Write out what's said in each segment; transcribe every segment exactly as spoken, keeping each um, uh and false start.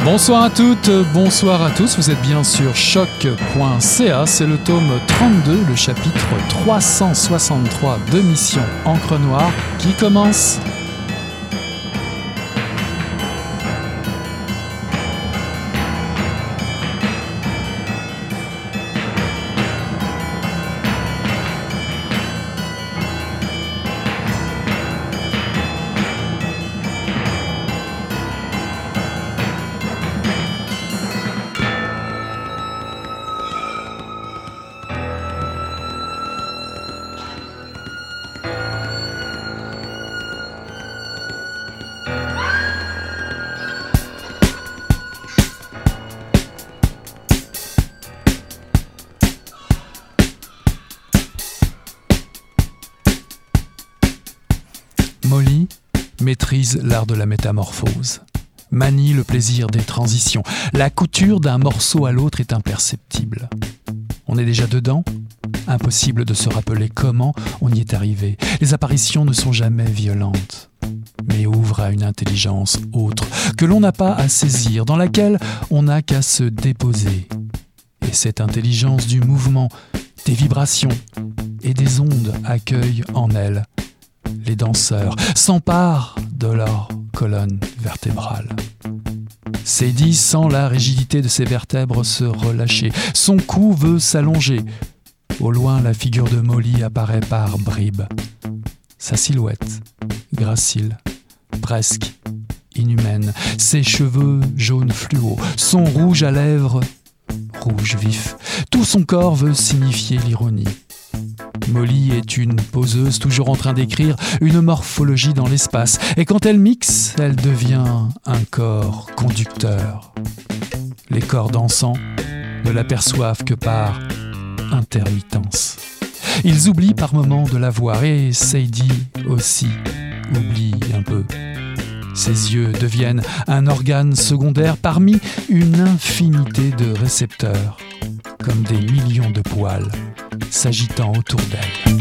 Bonsoir à toutes, bonsoir à tous, vous êtes bien sur choc point c a, c'est le tome trente-deux, le chapitre trois cent soixante-trois de Mission Encre Noire qui commence. Molly maîtrise l'art de la métamorphose, manie le plaisir des transitions. La couture d'un morceau à l'autre est imperceptible. On est déjà dedans ? Impossible de se rappeler comment on y est arrivé. Les apparitions ne sont jamais violentes, mais ouvrent à une intelligence autre, que l'on n'a pas à saisir, dans laquelle on n'a qu'à se déposer. Et cette intelligence du mouvement, des vibrations et des ondes accueille en elle les danseurs, s'emparent de leur colonne vertébrale. Sadie sent la rigidité de ses vertèbres se relâcher. Son cou veut s'allonger. Au loin, la figure de Molly apparaît par bribes. Sa silhouette, gracile, presque inhumaine. Ses cheveux jaunes fluo, son rouge à lèvres, rouge vif. Tout son corps veut signifier l'ironie. Molly est une poseuse toujours en train d'écrire une morphologie dans l'espace. Et quand elle mixe, elle devient un corps conducteur. Les corps dansants ne l'aperçoivent que par intermittence. Ils oublient par moments de la voir et Sadie aussi oublie un peu. Ses yeux deviennent un organe secondaire parmi une infinité de récepteurs, comme des millions de poils s'agitant autour d'elle.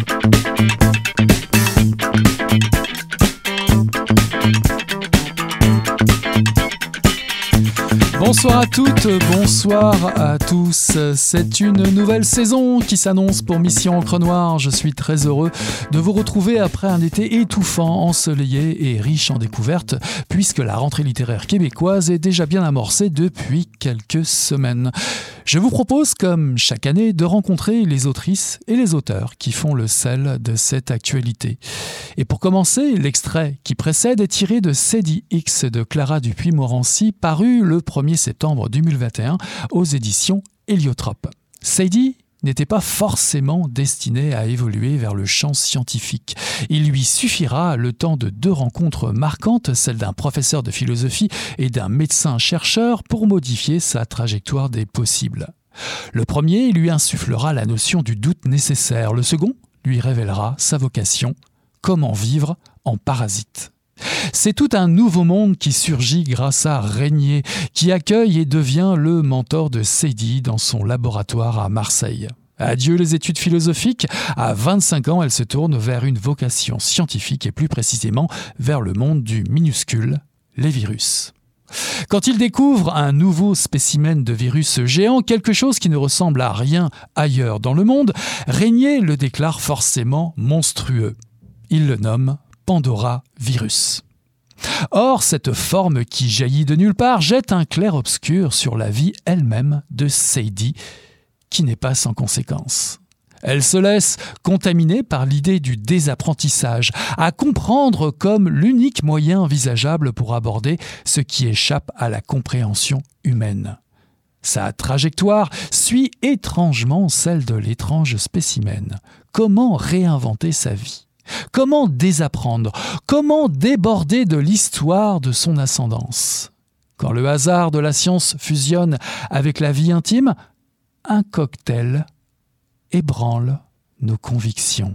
Bonsoir à toutes, bonsoir à tous. C'est une nouvelle saison qui s'annonce pour Mission Encre Noire. Je suis très heureux de vous retrouver après un été étouffant, ensoleillé et riche en découvertes, puisque la rentrée littéraire québécoise est déjà bien amorcée depuis quelques semaines. Je vous propose, comme chaque année, de rencontrer les autrices et les auteurs qui font le sel de cette actualité. Et pour commencer, l'extrait qui précède est tiré de Sadie X de Clara Dupuis-Morancy, paru le premier septembre deux mille vingt et un aux éditions Héliotrope. Sadie n'était pas forcément destinée à évoluer vers le champ scientifique. Il lui suffira le temps de deux rencontres marquantes, celle d'un professeur de philosophie et d'un médecin-chercheur, pour modifier sa trajectoire des possibles. Le premier lui insufflera la notion du doute nécessaire. Le second lui révélera sa vocation, comment vivre en parasite. C'est tout un nouveau monde qui surgit grâce à Régnier, qui accueille et devient le mentor de Sadie dans son laboratoire à Marseille. Adieu les études philosophiques, à vingt-cinq ans, elle se tourne vers une vocation scientifique et plus précisément vers le monde du minuscule, les virus. Quand il découvre un nouveau spécimen de virus géant, quelque chose qui ne ressemble à rien ailleurs dans le monde, Régnier le déclare forcément monstrueux. Il le nomme Pandora virus. Or, cette forme qui jaillit de nulle part jette un clair-obscur sur la vie elle-même de Sadie, qui n'est pas sans conséquence. Elle se laisse contaminer par l'idée du désapprentissage, à comprendre comme l'unique moyen envisageable pour aborder ce qui échappe à la compréhension humaine. Sa trajectoire suit étrangement celle de l'étrange spécimen. Comment réinventer sa vie ? Comment désapprendre ? Comment déborder de l'histoire de son ascendance ? Quand le hasard de la science fusionne avec la vie intime, un cocktail ébranle nos convictions.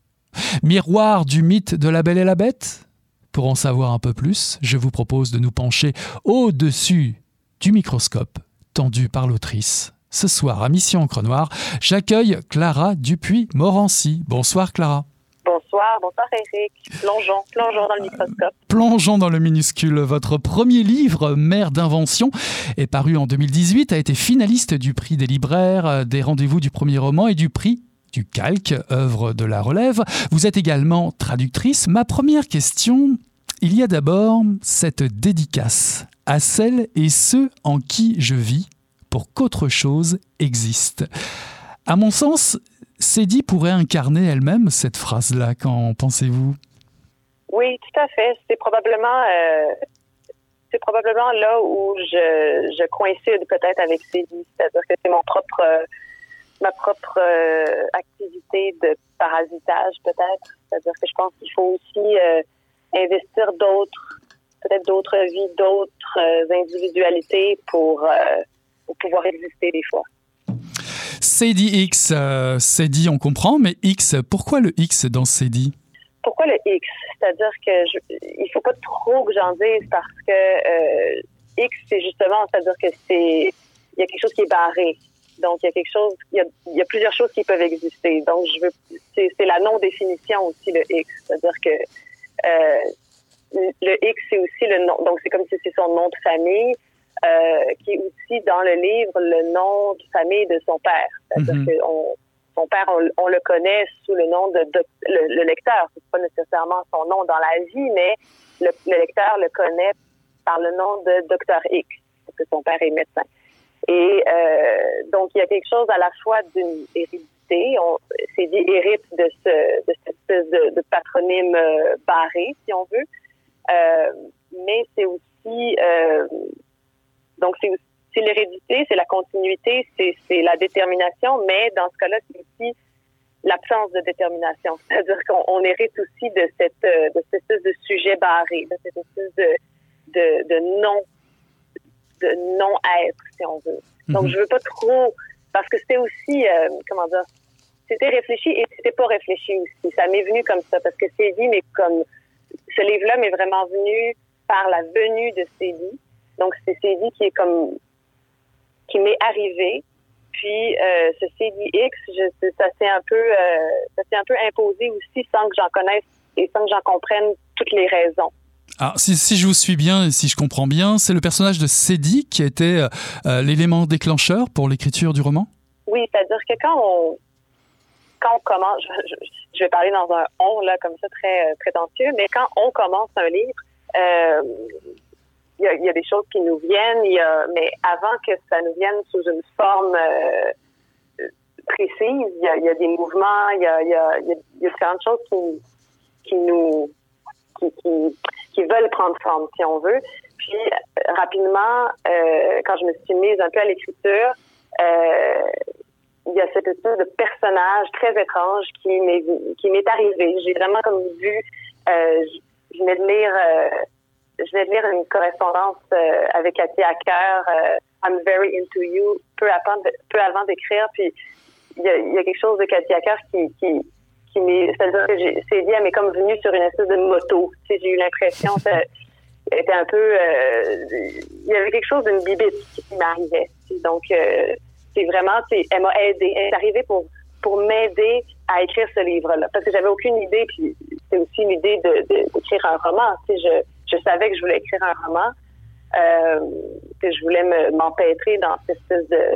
Miroir du mythe de la Belle et la Bête ? Pour en savoir un peu plus, je vous propose de nous pencher au-dessus du microscope tendu par l'autrice. Ce soir, à Mission Encre Noire, j'accueille Clara Dupuis-Morancy. Bonsoir Clara. Bonsoir, bonsoir Eric. Plongeons, plongeons dans le microscope. Plongeons dans le minuscule. Votre premier livre, Mère d'invention, est paru en deux mille dix-huit, a été finaliste du prix des libraires, des rendez-vous du premier roman et du prix du Calque, œuvre de la Relève. Vous êtes également traductrice. Ma première question, il y a d'abord cette dédicace à celles et ceux en qui je vis pour qu'autre chose existe. À mon sens, Cédie pourrait incarner elle-même cette phrase-là. Qu'en pensez-vous? Oui, tout à fait. C'est probablement, euh, c'est probablement là où je, je coïncide peut-être avec Cédie. C'est-à-dire que c'est mon propre, euh, ma propre euh, activité de parasitage peut-être. C'est-à-dire que je pense qu'il faut aussi euh, investir d'autres, peut-être d'autres vies, d'autres euh, individualités pour, euh, pour pouvoir exister des fois. Cédie X, euh, Cédie on comprend, mais X, pourquoi le X dans Cédie? Pourquoi le X? C'est-à-dire que je, il faut pas trop que j'en dise parce que euh, X, c'est justement, c'est-à-dire que c'est, il y a quelque chose qui est barré. Donc, il y a quelque chose, il y a, il y a plusieurs choses qui peuvent exister. Donc, je veux, c'est, c'est la non-définition aussi, le X. C'est-à-dire que euh, le X, c'est aussi le nom. Donc, c'est comme si c'est son nom de famille. Euh, qui est aussi dans le livre le nom de famille de son père. C'est-à-dire mm-hmm. que on, son père, on, on le connaît sous le nom de, de le, le lecteur. C'est pas nécessairement son nom dans la vie, mais le, le lecteur le connaît par le nom de docteur X, parce que son père est médecin. Et euh, donc, il y a quelque chose à la fois d'une hérédité. On s'est dit hérite de, ce, de cette espèce de, de patronyme euh, barré, si on veut. Euh, mais c'est aussi... Euh, Donc, c'est, c'est l'hérédité, c'est la continuité, c'est, c'est la détermination, mais dans ce cas-là, c'est aussi l'absence de détermination. C'est-à-dire qu'on on hérite aussi de cette, de cette espèce de sujet barré, de cette espèce de, de, de non, de non-être, si on veut. Donc, mm-hmm. je veux pas trop, parce que c'était aussi, euh, comment dire, c'était réfléchi et c'était pas réfléchi aussi. Ça m'est venu comme ça, parce que Cédie, mais comme, ce livre-là m'est vraiment venu par la venue de Cédie. Donc, c'est Cédie qui est comme, qui m'est arrivé. Puis, euh, ce Cédie X, je, ça s'est un peu, euh, ça s'est un peu imposé aussi sans que j'en connaisse et sans que j'en comprenne toutes les raisons. Alors, si, si je vous suis bien et si je comprends bien, c'est le personnage de Cédie qui était euh, l'élément déclencheur pour l'écriture du roman? Oui, c'est-à-dire que quand on, quand on commence, je, je, je vais parler dans un on, là, comme ça, très euh, prétentieux, mais quand on commence un livre, euh, Il y, a, il y a des choses qui nous viennent, il y a, mais avant que ça nous vienne sous une forme euh, précise, il y, a, il y a des mouvements, il y a, il y a, il y a différentes choses qui, qui nous qui, qui, qui veulent prendre forme, si on veut. Puis rapidement, euh, quand je me suis mise un peu à l'écriture, euh, il y a cette espèce de personnage très étrange qui m'est qui m'est arrivé. J'ai vraiment comme vu, euh, je, je venais de lire. Euh, Je vais lire une correspondance euh, avec Cathy Hacker, euh, I'm very into you, peu avant, peu avant d'écrire. Puis il y a, y a quelque chose de Cathy Hacker qui, qui, qui m'est, c'est-à-dire que j'ai, Cédie, elle m'est comme venue sur une espèce de moto. Tu sais, j'ai eu l'impression qu'elle était un peu, euh, il y avait quelque chose d'une bibite qui m'arrivait. Donc euh, c'est vraiment, c'est, elle m'a aidée. Elle est arrivée pour pour m'aider à écrire ce livre-là, parce que j'avais aucune idée. Puis c'est aussi l'idée de, de d'écrire un roman. Tu sais, je Je savais que je voulais écrire un roman, euh, que je voulais me, m'empêtrer dans cette espèce de,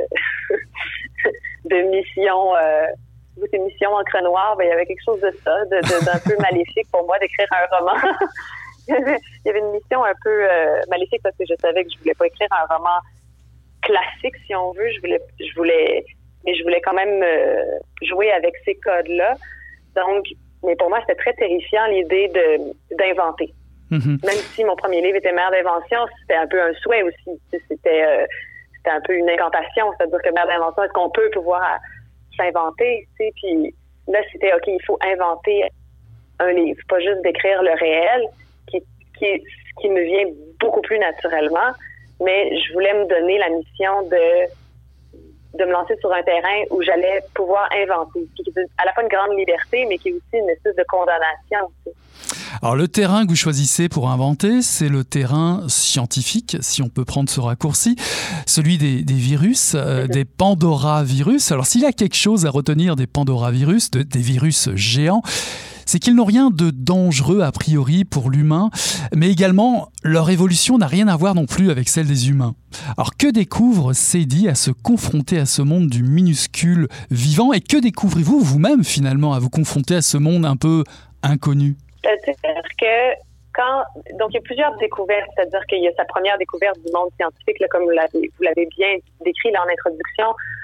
de mission, euh, de mission encre noire. Ben, il y avait quelque chose de ça, de, de, d'un peu maléfique pour moi d'écrire un roman. Il y avait une mission un peu euh, maléfique parce que je savais que je voulais pas écrire un roman classique, si on veut. Je voulais, je voulais, mais je voulais quand même euh, jouer avec ces codes-là. Donc, mais pour moi, c'était très terrifiant l'idée de, d'inventer. Mm-hmm. Même si mon premier livre était Mère d'invention, c'était un peu un souhait aussi. C'était, euh, c'était un peu une incantation. C'est-à-dire que Mère d'invention, est-ce qu'on peut pouvoir s'inventer? Tu sais? Puis là, c'était OK, il faut inventer un livre, pas juste d'écrire le réel, qui, qui, qui me vient beaucoup plus naturellement. Mais je voulais me donner la mission de, de me lancer sur un terrain où j'allais pouvoir inventer. Qui est à la fois une grande liberté, mais qui est aussi une espèce de condamnation aussi. Alors le terrain que vous choisissez pour inventer, c'est le terrain scientifique, si on peut prendre ce raccourci, celui des, des virus, euh, des pandoravirus. Alors s'il y a quelque chose à retenir des pandoravirus, de, des virus géants, c'est qu'ils n'ont rien de dangereux a priori pour l'humain, mais également leur évolution n'a rien à voir non plus avec celle des humains. Alors que découvre Sadie à se confronter à ce monde du minuscule vivant, et que découvrez-vous vous-même finalement à vous confronter à ce monde un peu inconnu? C'est-à-dire que quand, donc il y a plusieurs découvertes, c'est-à-dire qu'il y a sa première découverte du monde scientifique, là, comme vous l'avez, vous l'avez bien décrit là, en introduction,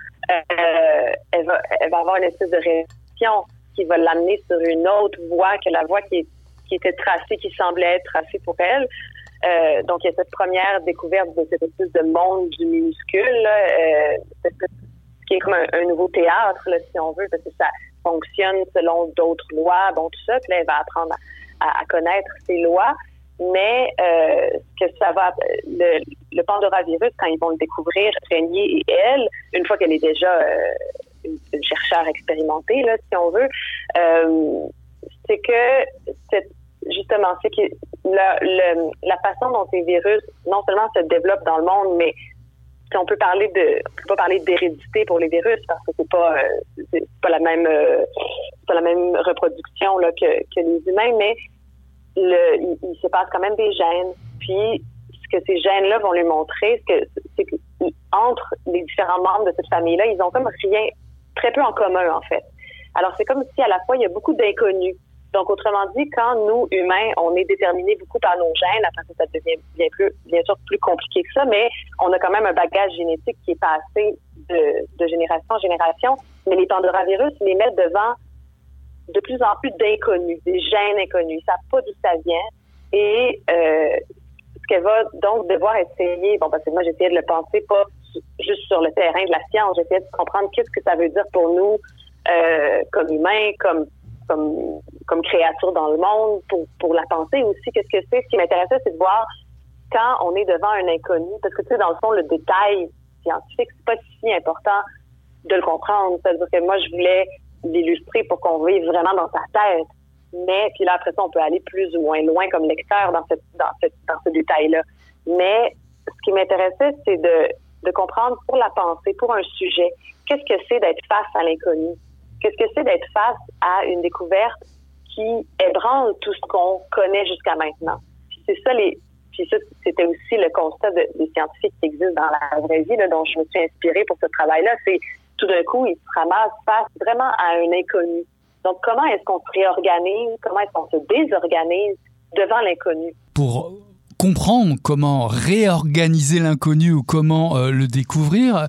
euh, elle, va, elle va avoir une espèce de réaction qui va l'amener sur une autre voie que la voie qui, est, qui était tracée, qui semblait être tracée pour elle. Euh, donc il y a cette première découverte de cette espèce de monde du minuscule, là, euh, cette, qui est comme un, un nouveau théâtre, là, si on veut, parce que ça fonctionne selon d'autres lois, bon tout ça, puis là elle va apprendre à À, à connaître ces lois, mais euh, que ça va, le, le Pandoravirus, quand ils vont le découvrir, Régnier et elle, une fois qu'elle est déjà euh, une, une chercheure expérimentée, là, si on veut, euh, c'est que c'est, justement, c'est que la, le, la façon dont ces virus non seulement se développent dans le monde, mais si on peut parler de, on peut pas parler d'hérédité pour les virus parce que c'est pas, euh, c'est pas la même, euh, c'est pas la même reproduction là que, que les humains, mais le, il, il se passe quand même des gènes. Puis ce que ces gènes-là vont lui montrer, c'est que, c'est que entre les différents membres de cette famille-là, ils ont comme rien, très peu en commun en fait. Alors c'est comme si à la fois il y a beaucoup d'inconnus. Donc, autrement dit, quand nous, humains, on est déterminés beaucoup par nos gènes, après ça, ça devient bien plus, bien sûr plus compliqué que ça, mais on a quand même un bagage génétique qui est passé de, de génération en génération. Mais les Pandoravirus les mettent devant de plus en plus d'inconnus, des gènes inconnus. Ils ne savent pas d'où ça vient. Et euh, ce qu'elle va donc devoir essayer, bon, parce que moi, j'essayais de le penser pas juste sur le terrain de la science, j'essayais de comprendre qu'est-ce que ça veut dire pour nous euh, comme humains, comme comme comme créature dans le monde, pour pour la pensée aussi, qu'est-ce que c'est? Ce qui m'intéressait, c'est de voir quand on est devant un inconnu, parce que tu sais, dans le fond, le détail scientifique, c'est pas si important de le comprendre. C'est-à-dire que moi, je voulais l'illustrer pour qu'on vive vraiment dans sa tête. Mais, puis là, après ça, on peut aller plus ou moins loin comme lecteur dans cette, dans cette, dans ce détail-là. Mais ce qui m'intéressait, c'est de, de comprendre pour la pensée, pour un sujet, qu'est-ce que c'est d'être face à l'inconnu? Qu'est-ce que c'est d'être face à une découverte qui ébranle tout ce qu'on connaît jusqu'à maintenant? Puis c'est ça les, puis ça, c'était aussi le constat de, des scientifiques qui existent dans la vraie vie, là, dont je me suis inspirée pour ce travail-là. C'est tout d'un coup, ils se ramassent face vraiment à un inconnu. Donc, comment est-ce qu'on se réorganise? Comment est-ce qu'on se désorganise devant l'inconnu? Pour comprendre comment réorganiser l'inconnu ou comment euh, le découvrir,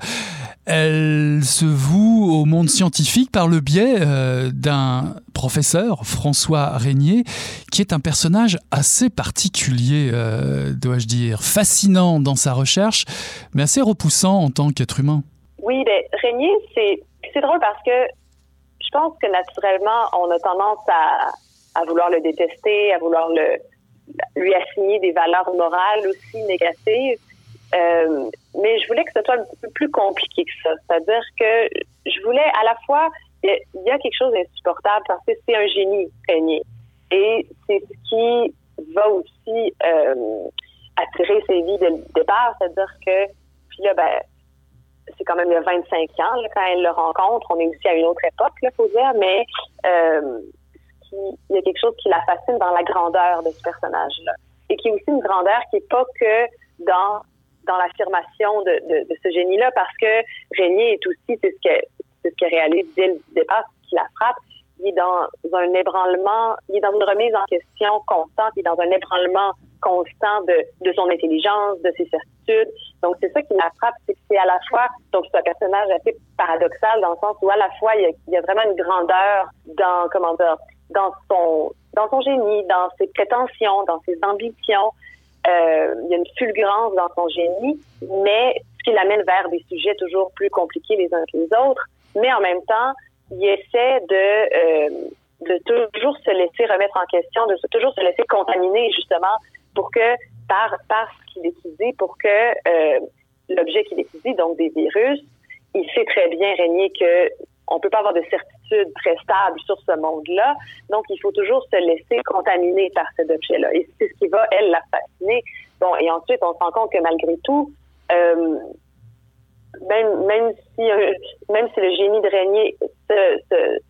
elle se voue au monde scientifique par le biais euh, d'un professeur, François Régnier, qui est un personnage assez particulier, euh, dois-je dire, fascinant dans sa recherche, mais assez repoussant en tant qu'être humain. Oui, ben, Régnier, c'est, c'est drôle parce que je pense que naturellement, on a tendance à, à vouloir le détester, à vouloir le, lui assigner des valeurs morales aussi négatives. Euh, mais je voulais que ce soit un petit peu plus compliqué que ça. C'est-à-dire que je voulais à la fois, il y a quelque chose d'insupportable parce que c'est un génie, Régnier. Et c'est ce qui va aussi euh, attirer ses vies dès le départ. C'est-à-dire que, puis là, ben, c'est quand même il y a vingt-cinq ans, là, quand elle le rencontre. On est aussi à une autre époque, il faut dire, mais euh, qui, il y a quelque chose qui la fascine dans la grandeur de ce personnage-là. Et qui est aussi une grandeur qui n'est pas que dans dans l'affirmation de, de, de ce génie-là, parce que Régnier est aussi, c'est ce que c'est ce qu'il réalise dès le départ, ce qui la frappe. Il est dans un ébranlement, il est dans une remise en question constante, il est dans un ébranlement constant de, de son intelligence, de ses certitudes. Donc, c'est ça qui la frappe, c'est que c'est à la fois, donc c'est un personnage assez paradoxal dans le sens où à la fois, il y a, il y a vraiment une grandeur dans, comment dire, dans son, dans son génie, dans ses prétentions, dans ses ambitions. Euh, il y a une fulgurance dans son génie, mais ce qui l'amène vers des sujets toujours plus compliqués les uns que les autres. Mais en même temps, il essaie de, euh, de toujours se laisser remettre en question, de toujours se laisser contaminer justement pour que, par, par ce qu'il étudie, pour que euh, l'objet qu'il étudie, donc des virus, il sait très bien, Régnier, que on peut pas avoir de certitude très stable sur ce monde-là. Donc, il faut toujours se laisser contaminer par cet objet-là. Et c'est ce qui va, elle, la fasciner. Bon, et ensuite, on se rend compte que malgré tout, euh, même, même si, euh, même si le génie de Régnier se, se,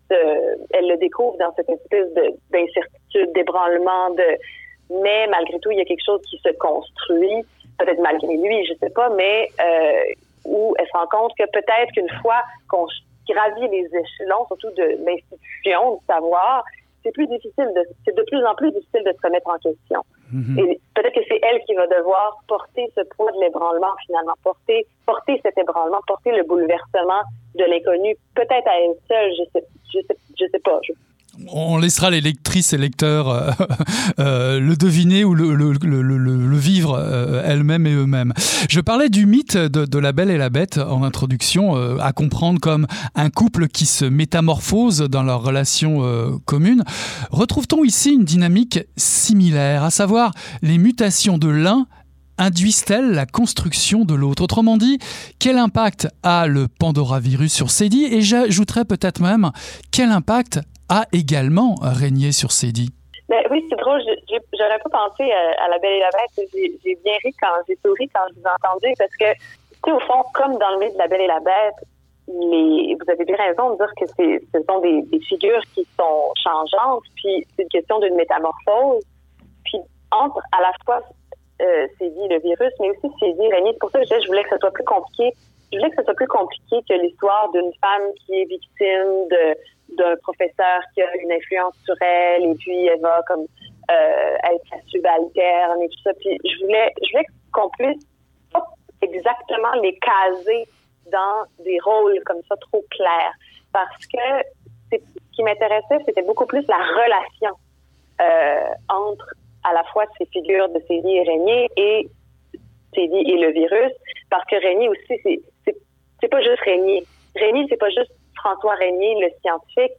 se, elle le découvre dans cette espèce de, d'incertitude, d'ébranlement, de, mais malgré tout, il y a quelque chose qui se construit, peut-être malgré lui, je sais pas, mais euh, où elle se rend compte que peut-être qu'une fois qu'on gravit les échelons, surtout de l'institution, du savoir, c'est plus difficile, de, c'est de plus en plus difficile de se remettre en question. Mm-hmm. Et peut-être que c'est elle qui va devoir porter ce poids de l'ébranlement, finalement, porter, porter cet ébranlement, porter le bouleversement de l'inconnu, peut-être à elle seule, je sais, je sais, je sais pas. Je... On laissera les lectrices et lecteurs euh, euh, le deviner ou le, le, le, le, le vivre euh, elles-mêmes et eux-mêmes. Je parlais du mythe de, de La Belle et la Bête en introduction, euh, à comprendre comme un couple qui se métamorphose dans leur relation euh, commune. Retrouve-t-on ici une dynamique similaire, à savoir les mutations de l'un induisent-elles la construction de l'autre? Autrement dit, quel impact a le Pandoravirus sur Sadie? Et j'ajouterais peut-être même, quel impact a également régné sur Sadie? Ben oui, c'est drôle. Je, j'aurais pas pensé à, à La Belle et la Bête. J'ai, j'ai bien ri quand j'ai souri quand je vous ai entendu parce que, tu sais, au fond, comme dans le mythe de La Belle et la Bête, les, vous avez bien raison de dire que c'est, ce sont des, des figures qui sont changeantes, puis c'est une question d'une métamorphose. Puis entre à la fois euh, Sadie, le virus, mais aussi Sadie, Régnier. C'est pour ça que je disais, je voulais que ce soit plus compliqué. Je voulais que ce soit plus compliqué que l'histoire d'une femme qui est victime de d'un professeur qui a une influence sur elle et puis elle va comme euh, être sa subalterne et tout ça. Puis je voulais, je voulais qu'on puisse pas exactement les caser dans des rôles comme ça trop clairs parce que c'est, ce qui m'intéressait, c'était beaucoup plus la relation euh, entre à la fois ces figures de Sadie et Régnier et Sadie et le virus, parce que Régnier aussi, c'est, c'est, c'est pas juste Régnier. Régnier, c'est pas juste François Régnier, le scientifique,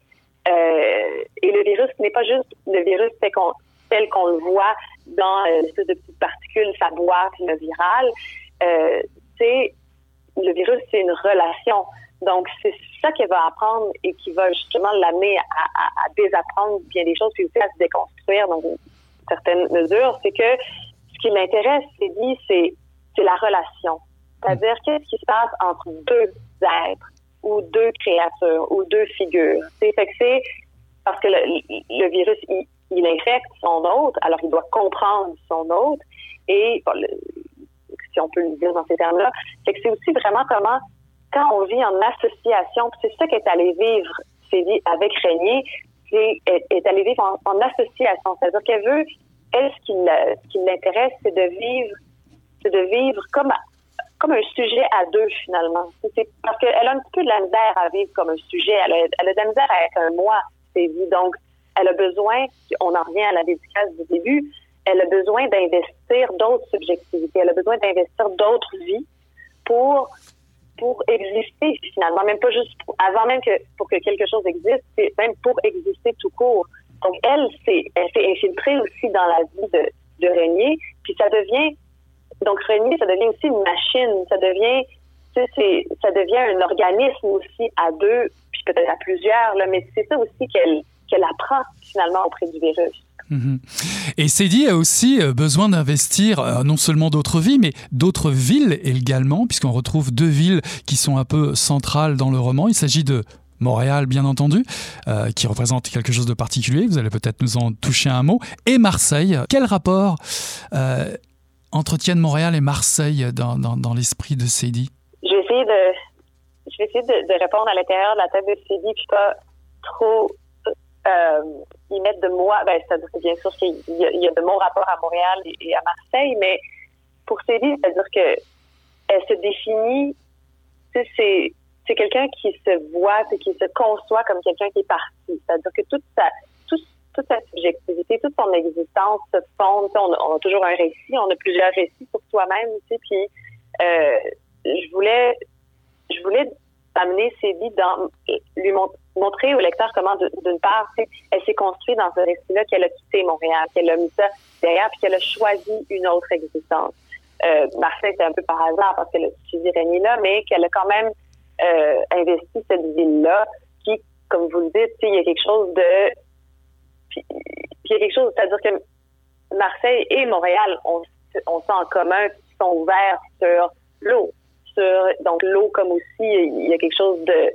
euh, et le virus n'est pas juste le virus tel qu'on, tel qu'on le voit dans euh, l'espèce de petites particules, sa boîte, le viral. Euh, c'est, le virus, c'est une relation. Donc, c'est ça qu'elle va apprendre et qui va justement l'amener à, à, à désapprendre bien des choses, puis aussi à se déconstruire dans une certaine mesure. C'est que ce qui l'intéresse, c'est dit, c'est, c'est la relation. C'est-à-dire, qu'est-ce qui se passe entre deux êtres ou deux créatures ou deux figures. C'est, fait que c'est parce que le, le virus, il, il infecte son hôte, alors il doit comprendre son hôte. Et bon, le, si on peut le dire dans ces termes-là, c'est que c'est aussi vraiment comment, quand on vit en association, c'est ça qu'est allé vivre Sadie avec Régnier, c'est est, est allé vivre en, en association. C'est-à-dire qu'elle veut, elle, ce qui, ce qui l'intéresse, c'est de vivre, c'est de vivre comme comme un sujet à deux, finalement. C'est parce qu'elle a un petit peu de la misère à vivre comme un sujet. Elle a, elle a de la misère à être un moi, Sadie. Donc, elle a besoin, on en revient à la dédicace du début, elle a besoin d'investir d'autres subjectivités. Elle a besoin d'investir d'autres vies pour, pour exister, finalement. Même pas juste pour, avant même que, pour que quelque chose existe, c'est même pour exister tout court. Donc, elle, c'est, elle s'est infiltrée aussi dans la vie de, de Régnier, puis ça devient Donc, Régnier, ça devient aussi une machine. Ça devient, tu sais, c'est, ça devient un organisme aussi à deux, puis peut-être à plusieurs, là, mais c'est ça aussi qu'elle, qu'elle apprend finalement auprès du virus. Mmh. Et Sadie a aussi besoin d'investir euh, non seulement d'autres vies, mais d'autres villes également, puisqu'on retrouve deux villes qui sont un peu centrales dans le roman. Il s'agit de Montréal, bien entendu, euh, qui représente quelque chose de particulier. Vous allez peut-être nous en toucher un mot. Et Marseille. Quel rapport euh, entretiennent Montréal et Marseille dans, dans, dans l'esprit de Sadie? Je vais essayer de, je vais essayer de, de répondre à l'intérieur de la tête de Sadie, puis pas trop euh, y mettre de moi. Ben, c'est-à-dire que bien sûr qu'il y a, il y a de mon rapport à Montréal et, et à Marseille, mais pour Sadie, c'est-à-dire que elle se définit, tu sais, c'est, c'est quelqu'un qui se voit, c'est qui se conçoit comme quelqu'un qui est parti. C'est-à-dire que toute sa, tout, toute sa subjectivité, toute son existence se fonde. On a, on a toujours un récit, on a plusieurs récits pour soi-même, tu sais, puis euh, je voulais, je voulais amener Sadie dans, lui mont- montrer au lecteur comment, d'une part, elle s'est construite dans ce récit-là, qu'elle a quitté Montréal, qu'elle a mis ça derrière, puis qu'elle a choisi une autre existence. Euh, Marseille, c'est un peu par hasard parce qu'elle a suivi Régnier là, mais qu'elle a quand même euh, investi cette ville-là, qui, comme vous le dites, il y a quelque chose de... Puis il y a quelque chose, c'est-à dire que Marseille et Montréal ont, ont ça en commun, qui sont ouverts sur l'eau. Sur, donc l'eau comme aussi, il y a quelque chose de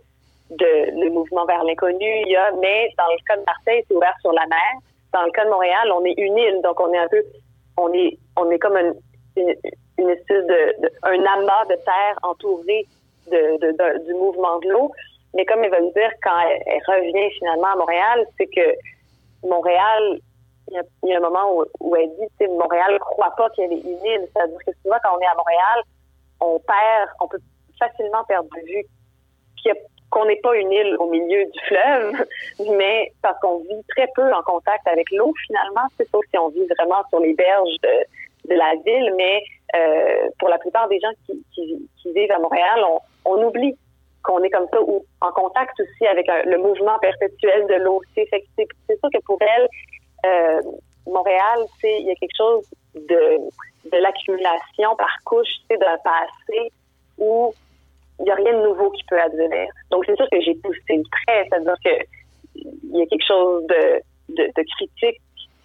de le mouvement vers l'inconnu. Il y a, mais dans le cas de Marseille, c'est ouvert sur la mer. Dans le cas de Montréal, on est une île, donc on est un peu, on est, on est comme une, une, une espèce de, de, un amas de terre entouré de, de, de, du mouvement de l'eau. Mais comme elle va le dire, quand elle, elle revient finalement à Montréal, c'est que Montréal, il y a, il y a un moment où, où elle dit, tu sais, Montréal ne croit pas qu'il y ait une île. C'est-à-dire que souvent, quand on est à Montréal, on perd, on peut facilement perdre de vue qu'il y a, qu'on n'est pas une île au milieu du fleuve, mais parce qu'on vit très peu en contact avec l'eau, finalement. C'est sauf si on vit vraiment sur les berges de, de la ville, mais euh, pour la plupart des gens qui, qui, qui vivent à Montréal, on, on oublie qu'on est comme ça, ou en contact aussi avec un, le mouvement perpétuel de l'eau. C'est, c'est, c'est sûr que pour elle, euh, Montréal, c'est, il y a quelque chose de, de l'accumulation par couche, c'est d'un passé où il n'y a rien de nouveau qui peut advenir. Donc, c'est sûr que j'ai poussé le trait, c'est-à-dire que il y a quelque chose de, de, de critique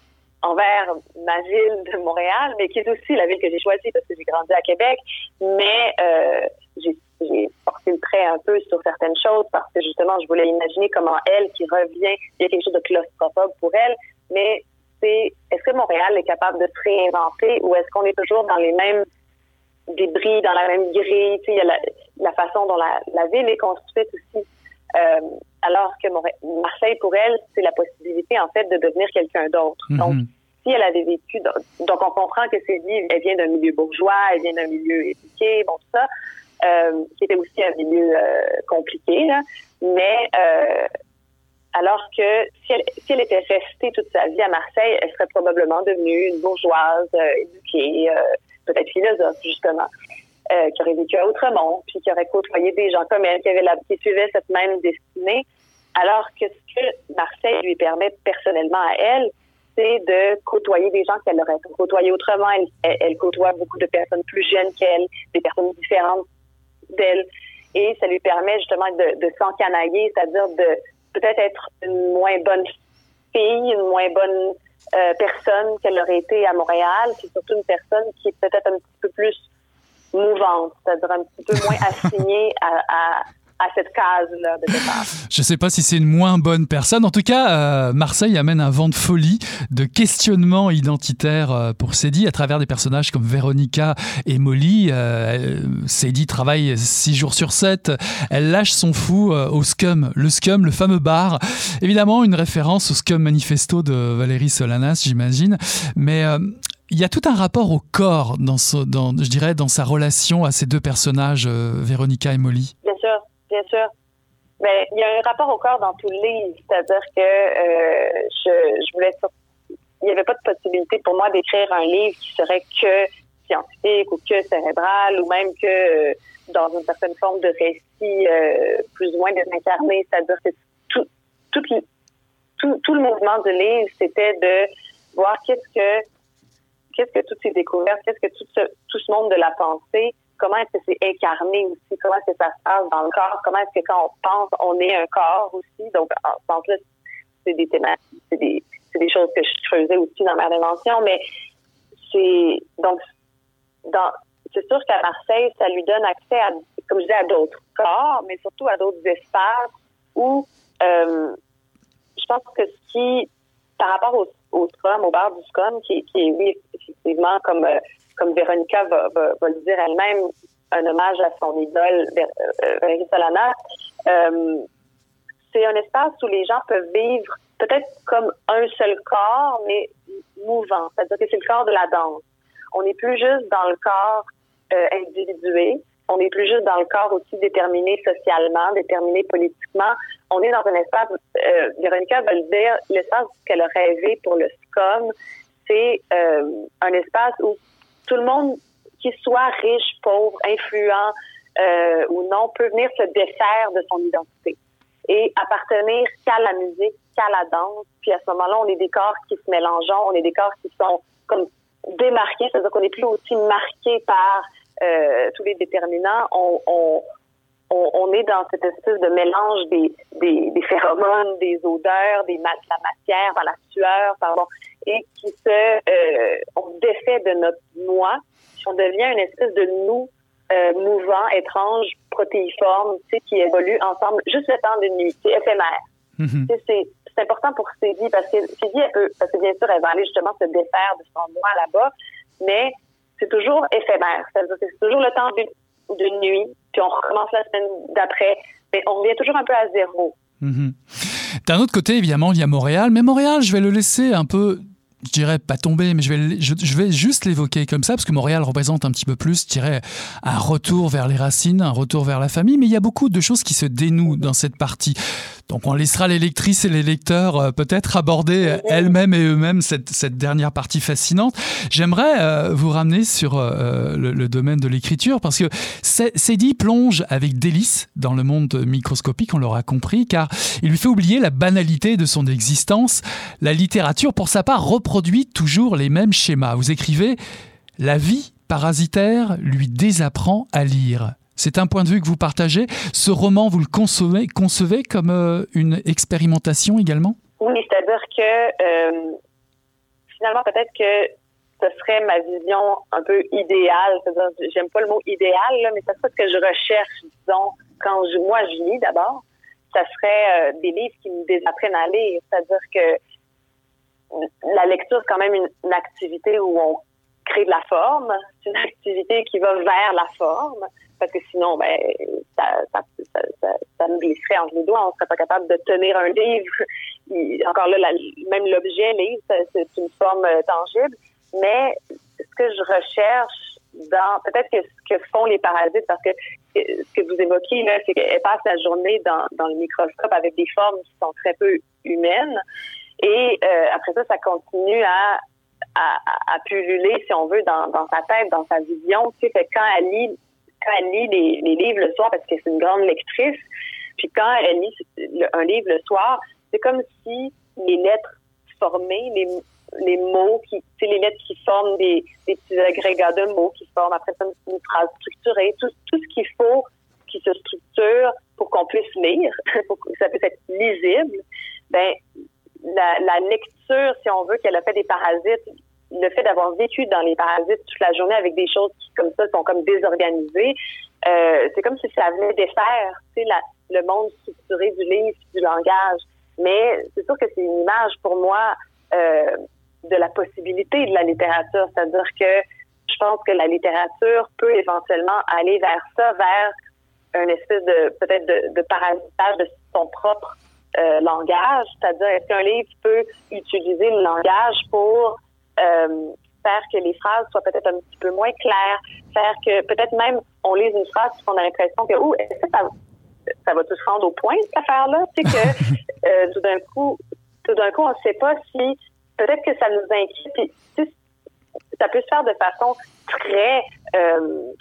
envers ma ville de Montréal, mais qui est aussi la ville que j'ai choisie parce que j'ai grandi à Québec, mais euh, j'ai, j'ai porté le trait un peu sur certaines choses parce que justement, je voulais imaginer comment elle, qui revient, il y a quelque chose de claustrophobe pour elle, mais c'est, est-ce que Montréal est capable de se réinventer ou est-ce qu'on est toujours dans les mêmes débris, dans la même grille? Tu sais, il y a la, la façon dont la, la ville est construite aussi. Euh, alors que Marseille, pour elle, c'est la possibilité, en fait, de devenir quelqu'un d'autre. Mm-hmm. Donc, si elle avait vécu... Donc, on comprend que c'est dit, elle vient d'un milieu bourgeois, elle vient d'un milieu éduqué, bon, tout ça, euh, qui était aussi un milieu euh, compliqué, là. Mais, euh, alors que si elle, si elle était restée toute sa vie à Marseille, elle serait probablement devenue une bourgeoise euh, éduquée, euh, peut-être philosophe, justement. Euh, qui aurait vécu à Outremont, puis qui aurait côtoyé des gens comme elle, qui, avait la, qui suivaient cette même destinée. Alors que ce que Marseille lui permet personnellement à elle, c'est de côtoyer des gens qu'elle aurait côtoyé autrement. Elle, elle, elle côtoie beaucoup de personnes plus jeunes qu'elle, des personnes différentes d'elle. Et ça lui permet justement de, de s'encanailler, c'est-à-dire de peut-être être une moins bonne fille, une moins bonne euh, personne qu'elle aurait été à Montréal, puis surtout une personne qui est peut-être un petit peu plus mouvante, c'est-à-dire un petit peu moins assignée à, à, à cette case-là de départ. Je ne sais pas si c'est une moins bonne personne. En tout cas, euh, Marseille amène un vent de folie, de questionnement identitaire euh, pour Cédie à travers des personnages comme Véronica et Molly. Euh, Cédie travaille six jours sur sept. Elle lâche son fou euh, au Scum. Le Scum, le fameux bar. Évidemment, une référence au Scum Manifesto de Valérie Solanas, j'imagine. Mais... Euh, il y a tout un rapport au corps dans, ce, dans, je dirais, dans sa relation à ces deux personnages, euh, Véronica et Molly. Bien sûr, bien sûr. Mais il y a un rapport au corps dans tout le livre, c'est-à-dire que euh, je, je voulais, il n'y avait pas de possibilité pour moi d'écrire un livre qui serait que scientifique ou que cérébral ou même que euh, dans une certaine forme de récit euh, plus ou moins désincarné, c'est-à-dire que tout, tout, tout, tout le mouvement du livre, c'était de voir qu'est-ce que Qu'est-ce que toutes ces découvertes, qu'est-ce que tout ce, tout ce monde de la pensée, comment est-ce que c'est incarné aussi, comment est-ce que ça se passe dans le corps, comment est-ce que quand on pense, on est un corps aussi. Donc, en ce sens-là, c'est des thématiques, c'est des, c'est des choses que je creusais aussi dans ma révention, mais c'est, donc, dans, c'est sûr qu'à Marseille, ça lui donne accès à, comme je disais, à d'autres corps, mais surtout à d'autres espaces où, euh, je pense que ce qui, par rapport au au Scum, au bar du Scum, qui, qui est, oui, effectivement, comme, euh, comme Véronica va, va, va le dire elle-même, un hommage à son idole, Valérie Solanas, euh, c'est un espace où les gens peuvent vivre peut-être comme un seul corps, mais mouvant. C'est-à-dire que c'est le corps de la danse. On n'est plus juste dans le corps euh, individué, on n'est plus juste dans le corps aussi déterminé socialement, déterminé politiquement. On est dans un espace, euh, Véronica va le dire, l'espace qu'elle a rêvé pour le Scum, c'est euh, un espace où tout le monde, qu'il soit riche, pauvre, influent euh, ou non, peut venir se défaire de son identité et appartenir qu'à la musique, qu'à la danse. Puis à ce moment-là, on est des corps qui se mélangent, on est des corps qui sont comme démarqués, c'est-à-dire qu'on n'est plus aussi marqués par Euh, tous les déterminants, on, on, on, on est dans cette espèce de mélange des, des, des phéromones, des odeurs, des ma- de la matière, dans la sueur, pardon, et qui se, euh, on défait de notre moi, on devient une espèce de nous euh, mouvant, étrange, protéiformes, tu sais, qui évoluent ensemble juste le temps d'une nuit. C'est éphémère. Mm-hmm. Tu sais, c'est, c'est important pour Cédie parce que Cédie, elle peut, parce que bien sûr, elle va aller justement se défaire de son moi là-bas, mais c'est toujours éphémère. C'est-à-dire que c'est toujours le temps d'une, d'une nuit, puis on recommence la semaine d'après, mais on revient toujours un peu à zéro. Mm-hmm. D'un autre côté, évidemment, il y a Montréal, mais Montréal, je vais le laisser un peu... je dirais pas tomber, mais je vais, je, je vais juste l'évoquer comme ça, parce que Montréal représente un petit peu plus, je dirais, un retour vers les racines, un retour vers la famille, mais il y a beaucoup de choses qui se dénouent dans cette partie. Donc on laissera les lectrices et les lecteurs euh, peut-être aborder euh, elles-mêmes et eux-mêmes cette, cette dernière partie fascinante. J'aimerais euh, vous ramener sur euh, le, le domaine de l'écriture, parce que Cédie plonge avec délice dans le monde microscopique, on l'aura compris, car il lui fait oublier la banalité de son existence. La littérature, pour sa part, reproduit toujours les mêmes schémas. Vous écrivez « La vie parasitaire lui désapprend à lire ». C'est un point de vue que vous partagez. Ce roman, vous le concevez, concevez comme euh, une expérimentation également? Oui, c'est-à-dire que euh, finalement, peut-être que ce serait ma vision un peu idéale. C'est-à-dire, j'aime pas le mot idéal, là, mais c'est ça que je recherche, disons, quand je, moi je lis d'abord. Ça serait euh, des livres qui me désapprennent à lire. C'est-à-dire que la lecture, c'est quand même une, une activité où on crée de la forme. C'est une activité qui va vers la forme. Parce que sinon, ben, ça, ça, ça, ça, ça me glisserait entre les doigts. On serait pas capable de tenir un livre. Il, encore là, la, même l'objet livre, c'est une forme euh, tangible. Mais ce que je recherche dans, peut-être que ce que font les parasites, parce que ce que vous évoquez, là, c'est qu'elles passent la journée dans, dans le microscope avec des formes qui sont très peu humaines. Et euh, après ça, ça continue à, à, à pulluler, si on veut, dans, dans sa tête, dans sa vision. Tu sais, que quand elle lit quand elle lit les, les livres le soir, parce que c'est une grande lectrice, puis quand elle lit le, un livre le soir, c'est comme si les lettres formées, les, les mots, qui, tu sais, les lettres qui forment des, des petits agrégats de mots, qui forment après ça une, une phrase structurée, tout, tout ce qu'il faut qui se structure pour qu'on puisse lire, pour que ça puisse être lisible, ben la, la lecture, si on veut, qu'elle a fait des parasites, le fait d'avoir vécu dans les parasites toute la journée avec des choses qui, comme ça, sont comme désorganisées, euh, c'est comme si ça venait défaire, tu sais, la, le monde structuré du livre, du langage. Mais c'est sûr que c'est une image pour moi euh, de la possibilité de la littérature. C'est-à-dire que je pense que la littérature peut éventuellement aller vers ça, vers une espèce de, peut-être de, de parasitage de son propre euh, langage. C'est-à-dire, est-ce qu'un livre peut utiliser le langage pour Euh, faire que les phrases soient peut-être un petit peu moins claires, faire que peut-être même on lise une phrase et qu'on a l'impression que oh, est-ce que ça, ça va tout se rendre au point, cette affaire-là? Tu sais que euh, tout d'un coup, tout d'un coup, on ne sait pas si peut-être que ça nous inquiète. Puis, tu sais, ça peut se faire de façon très euh,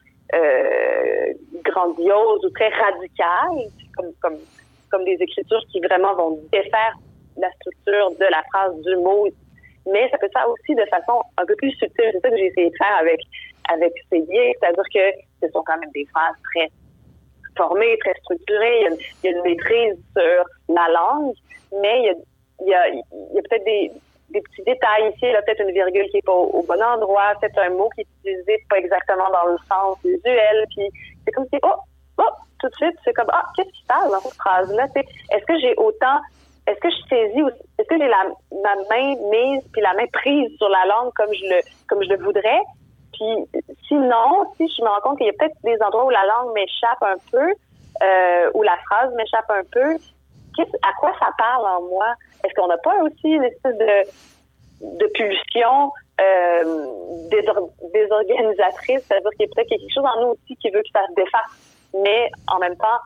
euh, grandiose ou très radicale, comme, comme, comme des écritures qui vraiment vont défaire la structure de la phrase, du mot. Mais ça peut se faire aussi de façon un peu plus subtile. C'est ça que j'ai essayé de faire avec avec Cédie, c'est-à-dire que ce sont quand même des phrases très formées, très structurées. Il y a, il y a une maîtrise sur la langue, mais il y a, il y a, il y a peut-être des, des petits détails ici, là, peut-être une virgule qui n'est pas au, au bon endroit, peut-être un mot qui est utilisé pas exactement dans le sens usuel. Puis c'est comme si, oh, oh, tout de suite, c'est comme, ah, qu'est-ce qui se passe dans cette phrase-là? T'sais, est-ce que j'ai autant... Est-ce que je saisis aussi, est-ce que j'ai la, ma main mise puis la main prise sur la langue comme je le comme je le voudrais? Puis sinon, si je me rends compte qu'il y a peut-être des endroits où la langue m'échappe un peu, euh, où la phrase m'échappe un peu, à quoi ça parle en moi? Est-ce qu'on n'a pas aussi une espèce de, de pulsion euh, désor- désorganisatrice? C'est-à-dire qu'il y a peut-être quelque chose en nous aussi qui veut que ça se défasse, mais en même temps,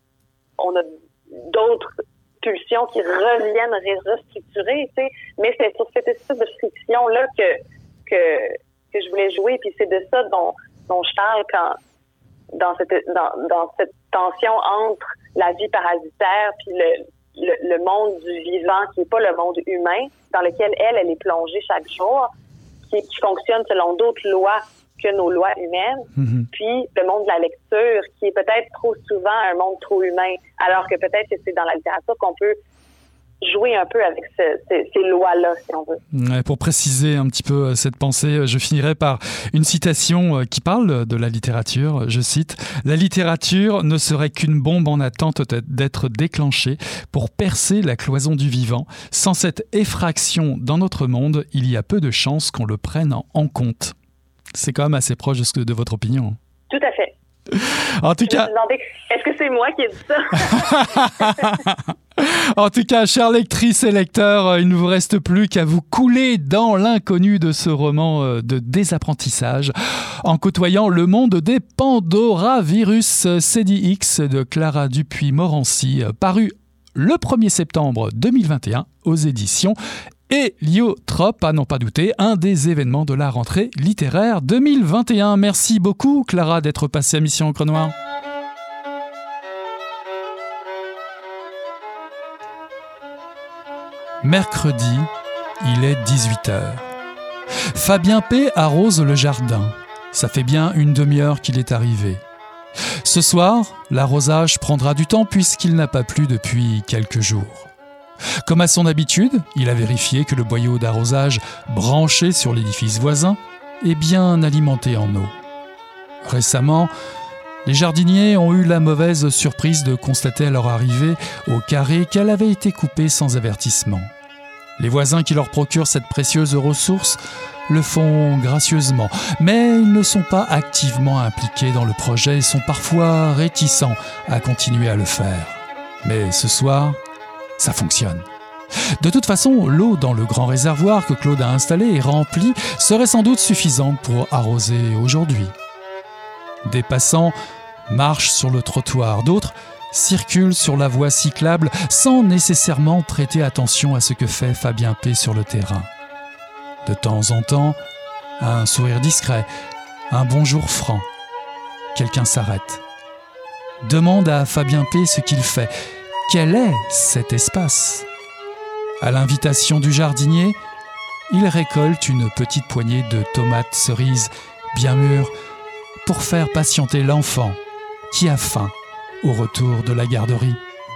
on a d'autres pulsions qui reviennent restructurer, tu sais. Mais c'est sur cette espèce de friction-là que, que, que je voulais jouer, puis c'est de ça dont, dont je parle quand, dans cette, dans, dans cette tension entre la vie parasitaire puis le, le, le monde du vivant qui n'est pas le monde humain, dans lequel elle, elle est plongée chaque jour, qui, qui fonctionne selon d'autres lois que nos lois humaines, mm-hmm. Puis le monde de la lecture, qui est peut-être trop souvent un monde trop humain, alors que peut-être que c'est dans la littérature qu'on peut jouer un peu avec ce, ces, ces lois-là, si on veut. Ouais, pour préciser un petit peu cette pensée, je finirai par une citation qui parle de la littérature. Je cite « La littérature ne serait qu'une bombe en attente d'être déclenchée pour percer la cloison du vivant. Sans cette effraction dans notre monde, il y a peu de chances qu'on le prenne en compte. » C'est quand même assez proche de, ce que, de votre opinion. Tout à fait. En tout je cas, me demandais, est-ce que c'est moi qui ai dit ça? En tout cas, chères lectrices et lecteurs, il ne vous reste plus qu'à vous couler dans l'inconnu de ce roman de désapprentissage en côtoyant le monde des Pandoravirus C D X de Clara Dupuis-Morancy, paru le premier septembre deux mille vingt et un aux éditions Héliotrope, à n'en pas douter, un des événements de la rentrée littéraire deux mille vingt et un. Merci beaucoup, Clara, d'être passée à Mission Encre Noire. Mercredi, il est dix-huit heures. Fabien P. arrose le jardin. Ça fait bien une demi-heure qu'il est arrivé. Ce soir, l'arrosage prendra du temps puisqu'il n'a pas plu depuis quelques jours. Comme à son habitude, il a vérifié que le boyau d'arrosage branché sur l'édifice voisin est bien alimenté en eau. Récemment, les jardiniers ont eu la mauvaise surprise de constater à leur arrivée au carré qu'elle avait été coupée sans avertissement. Les voisins qui leur procurent cette précieuse ressource le font gracieusement, mais ils ne sont pas activement impliqués dans le projet et sont parfois réticents à continuer à le faire. Mais ce soir, ça fonctionne. De toute façon, l'eau dans le grand réservoir que Claude a installé et rempli serait sans doute suffisante pour arroser aujourd'hui. Des passants marchent sur le trottoir, d'autres circulent sur la voie cyclable sans nécessairement prêter attention à ce que fait Fabien P. sur le terrain. De temps en temps, un sourire discret, un bonjour franc. Quelqu'un s'arrête. Demande à Fabien P. ce qu'il fait. Quel est cet espace ? À l'invitation du jardinier, il récolte une petite poignée de tomates cerises bien mûres pour faire patienter l'enfant qui a faim au retour de la garderie.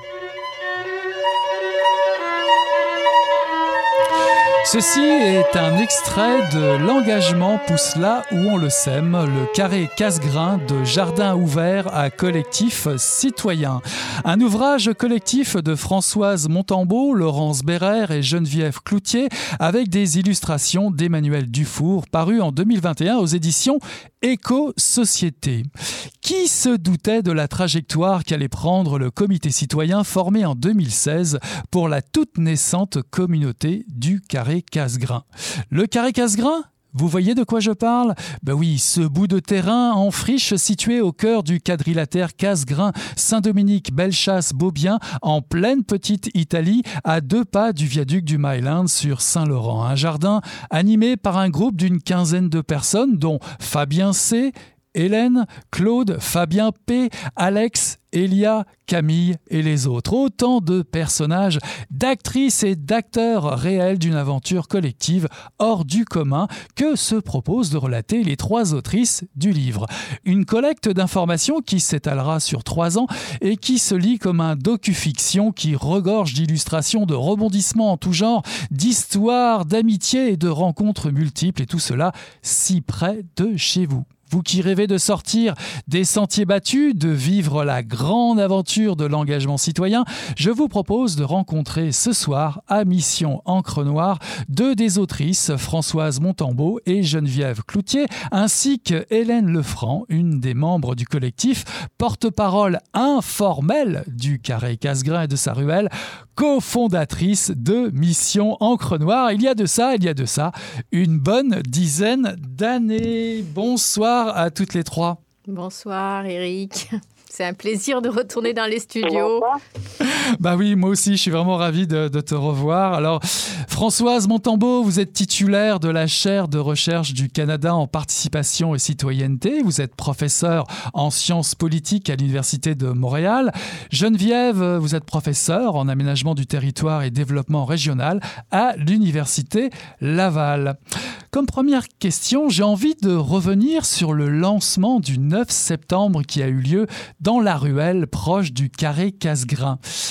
Ceci est un extrait de L'engagement pousse là où on le sème, le carré casse-grain de Jardin ouvert à collectif citoyen. Un ouvrage collectif de Françoise Montambeau, Laurence Bérère et Geneviève Cloutier, avec des illustrations d'Emmanuel Dufour, paru en deux mille vingt et un aux éditions Éco-Société. Qui se doutait de la trajectoire qu'allait prendre le comité citoyen formé en deux mille seize pour la toute naissante communauté du carré casse-grain. Le carré casse-grain ? Vous voyez de quoi je parle ? Ben oui, ce bout de terrain en friche situé au cœur du quadrilatère Casse-Grain Saint-Dominique-Bellechasse-Beaubien, en pleine petite Italie, à deux pas du viaduc du Mailand sur Saint-Laurent. Un jardin animé par un groupe d'une quinzaine de personnes, dont Fabien C., Hélène, Claude, Fabien P., Alex, Elia, Camille et les autres. Autant de personnages, d'actrices et d'acteurs réels d'une aventure collective hors du commun que se proposent de relater les trois autrices du livre. Une collecte d'informations qui s'étalera sur trois ans et qui se lit comme un docu-fiction qui regorge d'illustrations, de rebondissements en tout genre, d'histoires, d'amitiés et de rencontres multiples, et tout cela si près de chez vous. Vous qui rêvez de sortir des sentiers battus, de vivre la grande aventure de l'engagement citoyen, je vous propose de rencontrer ce soir à Mission Encre Noire deux des autrices, Françoise Montambeau et Geneviève Cloutier, ainsi que Hélène Lefranc, une des membres du collectif, porte-parole informelle du carré Casse-Grain et de sa ruelle, cofondatrice de Mission Encre Noire. Il y a de ça, il y a de ça, une bonne dizaine d'années. Bonsoir à toutes les trois. Bonsoir Eric. C'est un plaisir de retourner dans les studios. Bah oui, moi aussi, je suis vraiment ravi de, de te revoir. Alors, Françoise Montambeau, vous êtes titulaire de la chaire de recherche du Canada en participation et citoyenneté. Vous êtes professeure en sciences politiques à l'Université de Montréal. Geneviève, vous êtes professeure en aménagement du territoire et développement régional à l'Université Laval. Comme première question, j'ai envie de revenir sur le lancement du neuf septembre qui a eu lieu dans la ruelle proche du carré Casse-Grain.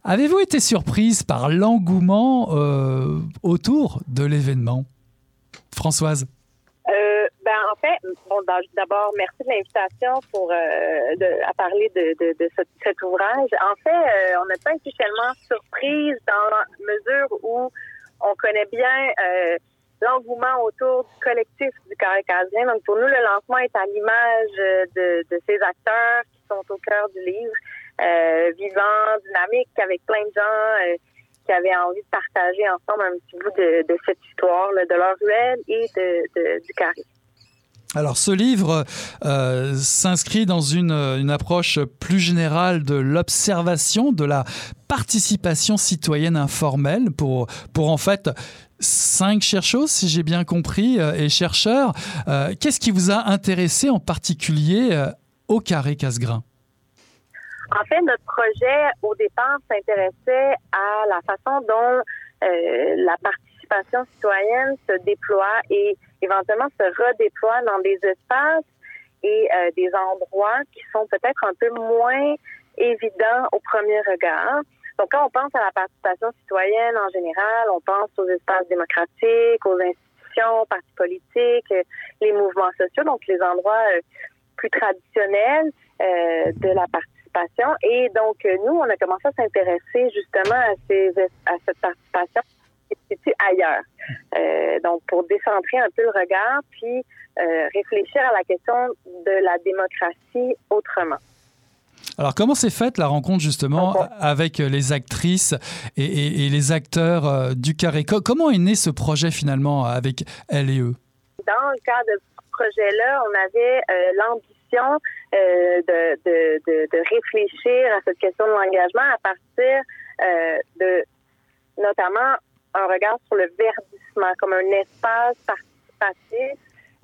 Avez-vous été surprise par l'engouement euh, autour de l'événement? Françoise? Euh, ben, en fait, bon, d'abord, merci de l'invitation pour euh, de, à parler de, de, de ce, cet ouvrage. En fait, euh, on n'a pas été tellement surprise dans la mesure où on connaît bien euh, l'engouement autour du collectif du Carré Casgrain. Donc, pour nous, le lancement est à l'image de, de ces acteurs qui sont au cœur du livre, euh, vivants, dynamiques, avec plein de gens euh, qui avaient envie de partager ensemble un petit bout de, de cette histoire, là, de leur ruelle et de, de, du Carré. Alors, ce livre euh, s'inscrit dans une, une approche plus générale de l'observation, de la participation citoyenne informelle pour, pour en fait cinq chercheuses, si j'ai bien compris, euh, et chercheurs. Euh, qu'est-ce qui vous a intéressé en particulier euh, au Carré Casgrain? En fait, notre projet, au départ, s'intéressait à la façon dont euh, la participation citoyenne se déploie et éventuellement se redéploie dans des espaces et euh, des endroits qui sont peut-être un peu moins évidents au premier regard. Donc, quand on pense à la participation citoyenne en général, on pense aux espaces démocratiques, aux institutions, partis politiques, les mouvements sociaux, donc les endroits euh, plus traditionnels euh, de la participation. Et donc, nous, on a commencé à s'intéresser justement à, ces, à cette participation qui se situe ailleurs. Euh, donc, pour décentrer un peu le regard, puis euh, réfléchir à la question de la démocratie autrement. Alors, comment s'est faite la rencontre justement okay. avec les actrices et, et, et les acteurs euh, du Carré? Comment est né ce projet finalement avec elles et eux? Dans le cadre de ce projet-là, on avait euh, l'ambition euh, de, de, de, de réfléchir à cette question de l'engagement à partir euh, de notamment un regard sur le verdissement comme un espace participatif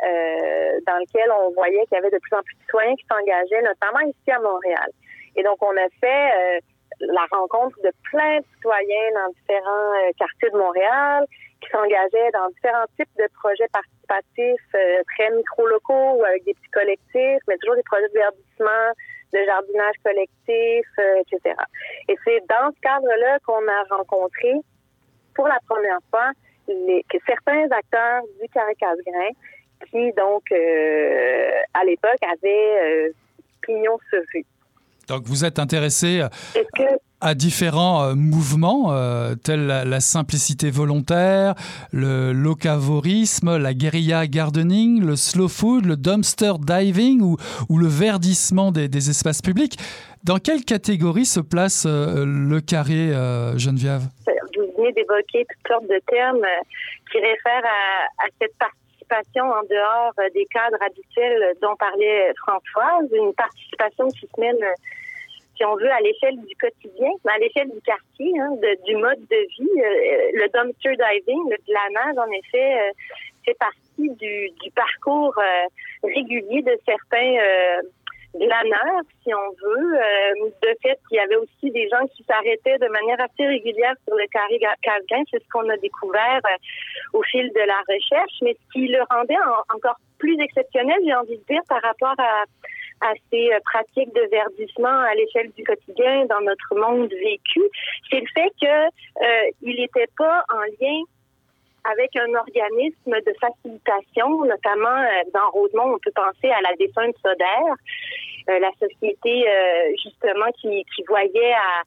euh, dans lequel on voyait qu'il y avait de plus en plus de citoyens qui s'engageaient, notamment ici à Montréal. Et donc, on a fait euh, la rencontre de plein de citoyens dans différents euh, quartiers de Montréal qui s'engageaient dans différents types de projets participatifs euh, très micro-locaux ou avec des petits collectifs, mais toujours des projets de verdissement, de jardinage collectif, euh, et cetera. Et c'est dans ce cadre-là qu'on a rencontré pour la première fois les, que certains acteurs du Carré Casgrain qui, donc, euh, à l'époque, avaient euh, pignon sur rue. Donc, vous êtes intéressé que... à différents euh, mouvements, euh, tels la, la simplicité volontaire, le locavorisme, la guérilla gardening, le slow food, le dumpster diving ou, ou le verdissement des, des espaces publics. Dans quelle catégorie se place euh, le Carré, euh, Geneviève? Vous venez d'évoquer toutes sortes de termes qui réfèrent à, à cette participation en dehors des cadres habituels dont parlait Françoise, une participation qui se mène, si on veut, à l'échelle du quotidien, à l'échelle du quartier, hein, de, du mode de vie. Le dumpster diving, le glanage, en effet, fait partie du, du parcours régulier de certains euh, glaneurs, si on veut. Euh, de fait, il y avait aussi des gens qui s'arrêtaient de manière assez régulière sur le Carré Casgrain. C'est ce qu'on a découvert euh, au fil de la recherche, mais ce qui le rendait en, encore plus exceptionnel, j'ai envie de dire, par rapport à, à ces euh, pratiques de verdissement à l'échelle du quotidien dans notre monde vécu, c'est le fait que euh, il n'était pas en lien avec un organisme de facilitation, notamment euh, dans Rosemont, on peut penser à la défunte Sodère, euh, la société euh, justement qui, qui voyait à,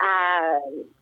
à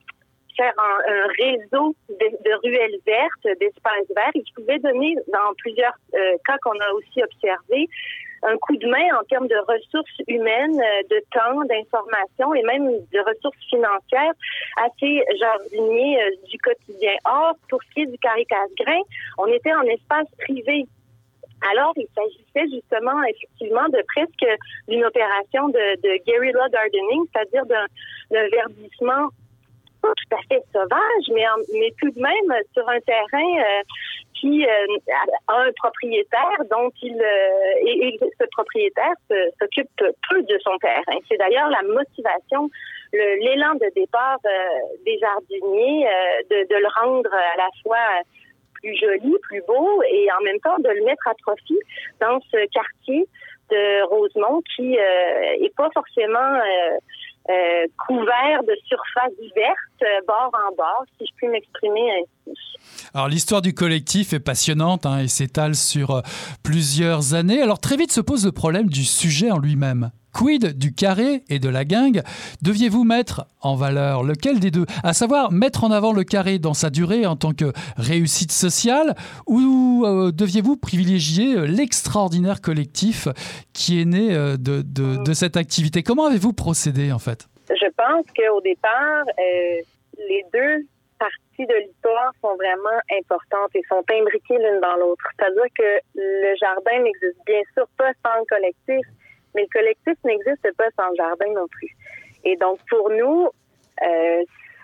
faire un, un réseau de, de ruelles vertes, d'espaces verts, et qui pouvait donner, dans plusieurs euh, cas qu'on a aussi observés, un coup de main en termes de ressources humaines, de temps, d'information et même de ressources financières à ces jardiniers du quotidien. Or, pour ce qui est du Carré Casgrain, on était en espace privé. Alors, il s'agissait justement, effectivement, de presque d'une opération de, de guerrilla gardening, c'est-à-dire d'un, d'un verdissement pas tout à fait sauvage, mais, en, mais tout de même sur un terrain euh, qui euh, a un propriétaire dont il euh, et, et ce propriétaire se, s'occupe peu de son terrain. C'est d'ailleurs la motivation, le, l'élan de départ euh, des jardiniers euh, de, de le rendre à la fois plus joli, plus beau et en même temps de le mettre à profit dans ce quartier de Rosemont qui euh, est pas forcément euh, euh, couvert de surfaces vertes, euh, bord en bord, si je puis m'exprimer ainsi. Alors l'histoire du collectif est passionnante hein, et s'étale sur euh, plusieurs années. Alors très vite se pose le problème du sujet en lui-même. Quid du carré et de la guingue? Deviez-vous mettre en valeur lequel des deux? À savoir, mettre en avant le carré dans sa durée en tant que réussite sociale ou euh, deviez-vous privilégier l'extraordinaire collectif qui est né euh, de, de, de cette activité? Comment avez-vous procédé en fait? Je pense qu'au départ, euh, les deux parties de l'histoire sont vraiment importantes et sont imbriquées l'une dans l'autre. C'est-à-dire que le jardin n'existe bien sûr pas sans le collectif, mais le collectif n'existe pas sans le jardin non plus. Et donc, pour nous, euh,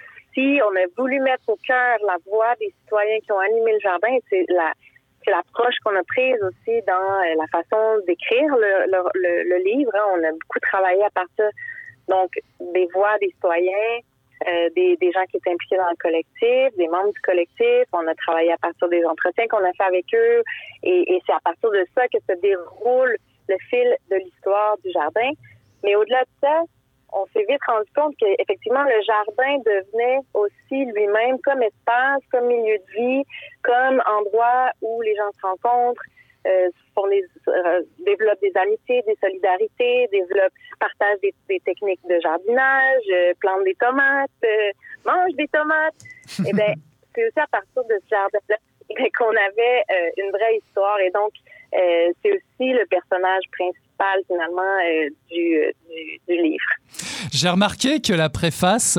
si on a voulu mettre au cœur la voix des citoyens qui ont animé le jardin, c'est la, c'est l'approche qu'on a prise aussi dans la façon d'écrire le, le, le, le livre. Hein. On a beaucoup travaillé à partir donc des voix des citoyens, euh, des, des gens qui étaient impliqués dans le collectif, des membres du collectif. On a travaillé à partir des entretiens qu'on a fait avec eux. Et, et c'est à partir de ça que se déroule le fil de l'histoire du jardin. Mais au-delà de ça, on s'est vite rendu compte qu'effectivement, le jardin devenait aussi lui-même comme espace, comme milieu de vie, comme endroit où les gens se rencontrent, euh, font des, euh, développent des amitiés, des solidarités, développent, partagent des, des techniques de jardinage, euh, plantent des tomates, euh, mangent des tomates. Eh bien, c'est aussi à partir de ce jardin-là qu'on avait euh, une vraie histoire. Et donc, Euh, c'est aussi le personnage principal, finalement, euh, du, euh, du, du livre. J'ai remarqué que la préface euh,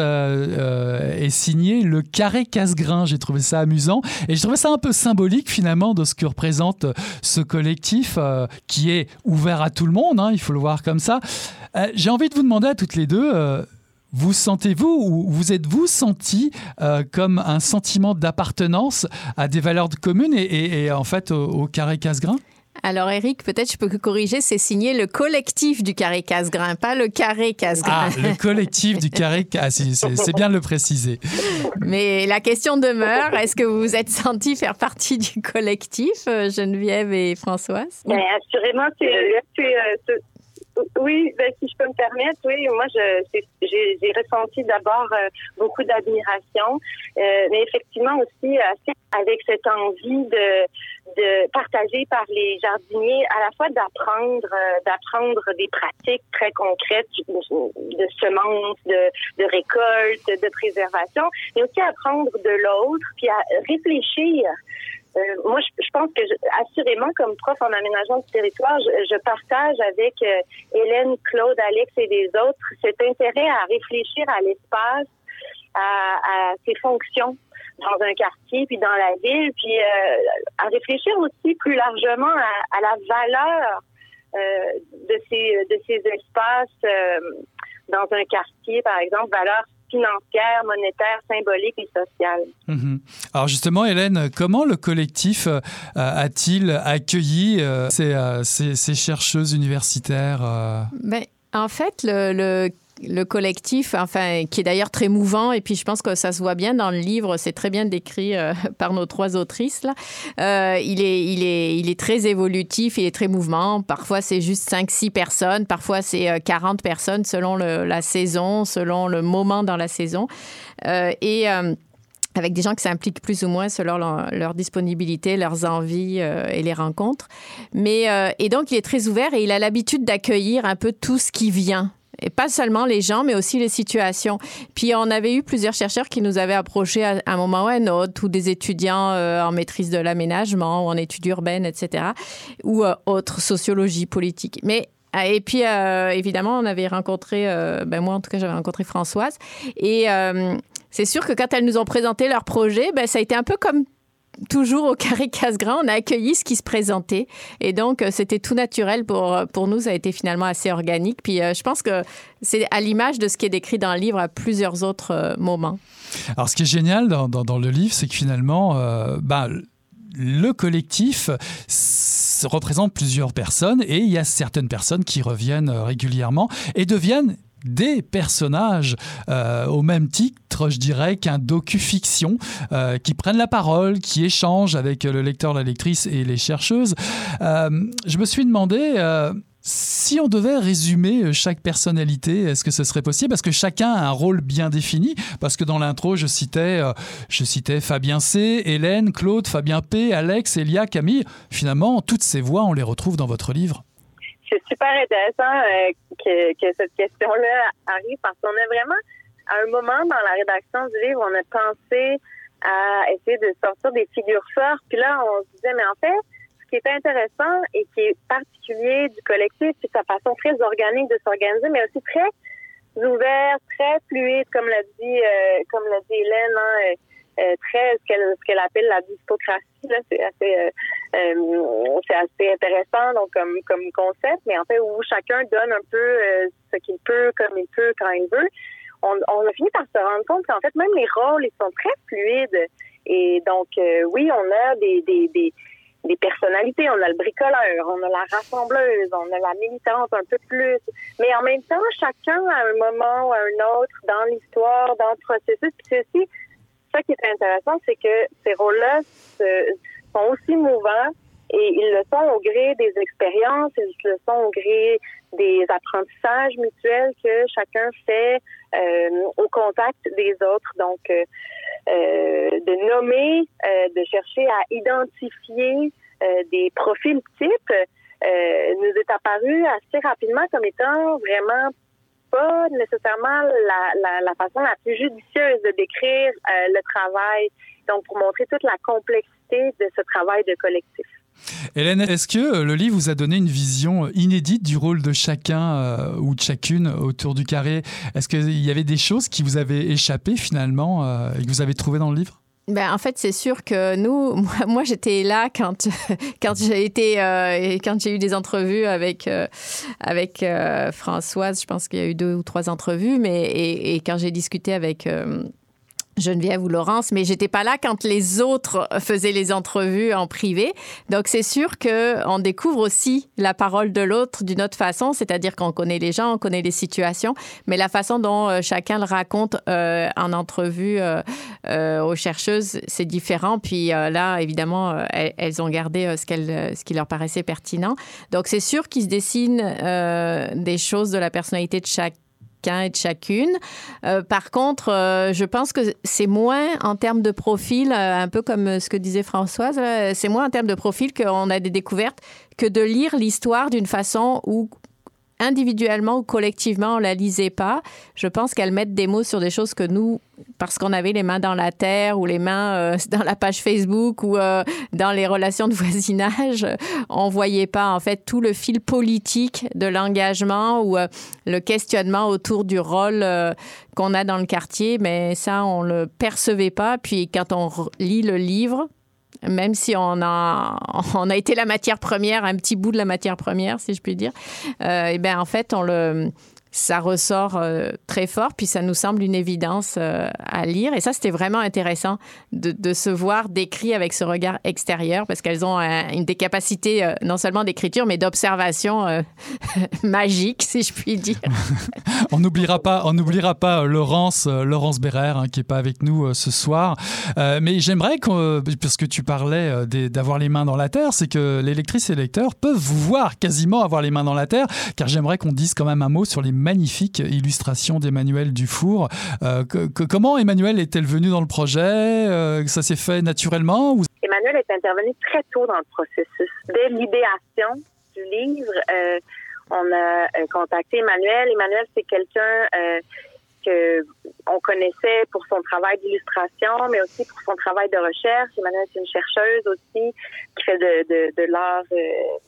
euh, est signée Le Carré Cassegrain. J'ai trouvé ça amusant et j'ai trouvé ça un peu symbolique, finalement, de ce que représente ce collectif euh, qui est ouvert à tout le monde, hein, il faut le voir comme ça. Euh, j'ai envie de vous demander à toutes les deux... Euh, Vous sentez-vous ou vous êtes-vous senti euh, comme un sentiment d'appartenance à des valeurs communes et, et, et en fait au, au Carré Cassegrain? Alors Éric, peut-être je peux corriger, c'est signé le collectif du Carré Cassegrain, pas le Carré Cassegrain. Ah, le collectif du Carré Cassegrain, c'est, c'est, c'est bien de le préciser. Mais la question demeure, est-ce que vous vous êtes senti faire partie du collectif, Geneviève et Françoise? Bien, assurément, c'est... c'est, c'est Oui, ben, si je peux me permettre, oui, moi, je, j'ai, j'ai ressenti d'abord euh, beaucoup d'admiration, euh, mais effectivement aussi euh, avec cette envie de, de partager par les jardiniers, à la fois d'apprendre, euh, d'apprendre des pratiques très concrètes de semences, de, de récolte, de préservation, mais aussi apprendre de l'autre, puis à réfléchir. Euh, moi, je, je pense que, je, assurément, comme prof en aménagement du territoire, je, je partage avec euh, Hélène, Claude, Alex et les autres cet intérêt à réfléchir à l'espace, à, à ses fonctions dans un quartier, puis dans la ville, puis euh, à réfléchir aussi plus largement à, à la valeur euh, de ces de ces espaces euh, dans un quartier, par exemple, valeur financière, monétaire, symbolique et sociale. Mmh. Alors justement, Hélène, comment le collectif euh, a-t-il accueilli euh, ces, euh, ces, ces chercheuses universitaires euh... Ben, en fait, le, le le collectif, enfin, qui est d'ailleurs très mouvant, et puis je pense que ça se voit bien dans le livre, c'est très bien décrit euh, par nos trois autrices, là. Euh, il est, il est, il est très évolutif, il est très mouvant. Parfois, c'est juste cinq six personnes, parfois, c'est quarante personnes selon le, la saison, selon le moment dans la saison. Euh, et... Euh, avec des gens qui s'impliquent plus ou moins selon leur, leur disponibilité, leurs envies euh, et les rencontres. Mais, euh, et donc, il est très ouvert et il a l'habitude d'accueillir un peu tout ce qui vient. Et pas seulement les gens, mais aussi les situations. Puis, on avait eu plusieurs chercheurs qui nous avaient approchés à un moment ou à un autre, ou des étudiants euh, en maîtrise de l'aménagement, ou en études urbaines, et cetera, ou euh, autre sociologie politique. Mais et puis, euh, évidemment, on avait rencontré, euh, ben moi, en tout cas, j'avais rencontré Françoise. Et euh, c'est sûr que quand elles nous ont présenté leur projet, ben, ça a été un peu comme toujours au Carré Cassegrain. On a accueilli ce qui se présentait. Et donc, c'était tout naturel pour, pour nous. Ça a été finalement assez organique. Puis, euh, je pense que c'est à l'image de ce qui est décrit dans le livre à plusieurs autres euh, moments. Alors, ce qui est génial dans, dans, dans le livre, c'est que finalement, euh, ben, le collectif représente plusieurs personnes et il y a certaines personnes qui reviennent régulièrement et deviennent des personnages euh, au même titre, je dirais, qu'un docu-fiction, euh, qui prennent la parole, qui échangent avec le lecteur, la lectrice et les chercheuses. Euh, je me suis demandé... Euh, Si on devait résumer chaque personnalité, est-ce que ce serait possible? Parce que chacun a un rôle bien défini. Parce que dans l'intro, je citais, euh, je citais Fabien C, Hélène, Claude, Fabien P, Alex, Elia, Camille. Finalement, toutes ces voix, on les retrouve dans votre livre. C'est super intéressant euh, que, que cette question-là arrive parce qu'on a vraiment, à un moment dans la rédaction du livre, on a pensé à essayer de sortir des figures fortes. Puis là, on se disait, mais en fait, ce qui est intéressant et qui est particulier du collectif, c'est sa façon très organique de s'organiser, mais aussi très ouverte, très fluide, comme l'a dit, euh, comme l'a dit Hélène, hein, euh, euh, très ce qu'elle, ce qu'elle appelle la dystocratie. Là, c'est assez, euh, euh, c'est assez intéressant, donc comme comme concept, mais en fait où chacun donne un peu euh, ce qu'il peut, comme il peut, quand il veut. On, on a fini par se rendre compte qu'en fait même les rôles ils sont très fluides et donc euh, oui, on a des des des des personnalités, on a le bricoleur, on a la rassembleuse, on a la militante un peu plus. Mais en même temps, chacun à un moment ou à un autre dans l'histoire, dans le processus. Puis c'est aussi ça qui est intéressant, c'est que ces rôles-là se, sont aussi mouvants et ils le sont au gré des expériences, ils le sont au gré des apprentissages mutuels que chacun fait euh, au contact des autres. Donc, euh, Euh, de nommer, euh, de chercher à identifier euh, des profils types euh, nous est apparu assez rapidement comme étant vraiment pas nécessairement la, la, la façon la plus judicieuse de décrire euh, le travail. Donc, pour montrer toute la complexité de ce travail de collectif. Hélène, est-ce que le livre vous a donné une vision inédite du rôle de chacun euh, ou de chacune autour du carré? Est-ce qu'il y avait des choses qui vous avaient échappé finalement euh, et que vous avez trouvées dans le livre? Ben, en fait, c'est sûr que nous, moi, moi j'étais là quand, quand j'ai été, euh, quand j'ai eu des entrevues avec, euh, avec euh, Françoise. Je pense qu'il y a eu deux ou trois entrevues, mais et, et quand j'ai discuté avec euh, Geneviève ou Laurence, mais j'étais pas là quand les autres faisaient les entrevues en privé. Donc, c'est sûr qu'on découvre aussi la parole de l'autre d'une autre façon, c'est-à-dire qu'on connaît les gens, on connaît les situations, mais la façon dont euh, chacun le raconte euh, en entrevue euh, euh, aux chercheuses, c'est différent. Puis euh, là, évidemment, euh, elles, elles ont gardé euh, ce, qu'elles, ce qui leur paraissait pertinent. Donc, c'est sûr qu'il se dessine euh, des choses de la personnalité de chaque et de chacune. Euh, par contre, euh, je pense que c'est moins en termes de profil, euh, un peu comme ce que disait Françoise, là, c'est moins en termes de profil qu'on a des découvertes que de lire l'histoire d'une façon où individuellement ou collectivement, on la lisait pas. Je pense qu'elles mettent des mots sur des choses que nous, parce qu'on avait les mains dans la terre ou les mains euh, dans la page Facebook ou euh, dans les relations de voisinage, on voyait pas en fait tout le fil politique de l'engagement ou euh, le questionnement autour du rôle euh, qu'on a dans le quartier. Mais ça, on le percevait pas. Puis quand on lit le livre, même si on a, on a été la matière première, un petit bout de la matière première, si je puis dire, euh, et bien en fait, on le, ça ressort euh, très fort, puis ça nous semble une évidence euh, à lire. Et ça, c'était vraiment intéressant de, de se voir décrit avec ce regard extérieur, parce qu'elles ont un, une des capacités euh, non seulement d'écriture, mais d'observation euh, magique, si je puis dire. On n'oubliera pas, on n'oubliera pas Laurence, euh, Laurence Bérère, hein, qui n'est pas avec nous euh, ce soir. Euh, mais j'aimerais, qu'on, parce que tu parlais euh, des, d'avoir les mains dans la terre, c'est que les lectrices et les lecteurs peuvent vous voir quasiment avoir les mains dans la terre, car j'aimerais qu'on dise quand même un mot sur les magnifique illustration d'Emmanuel Dufour. Euh, que, que, comment Emmanuel est-elle venue dans le projet? euh, Ça s'est fait naturellement ou... Emmanuel est intervenu très tôt dans le processus. Dès l'idéation du livre, euh, on a euh, contacté Emmanuel. Emmanuel, c'est quelqu'un euh, que on connaissait pour son travail d'illustration, mais aussi pour son travail de recherche. Emmanuel, c'est une chercheuse aussi qui fait de, de, de l'art, euh,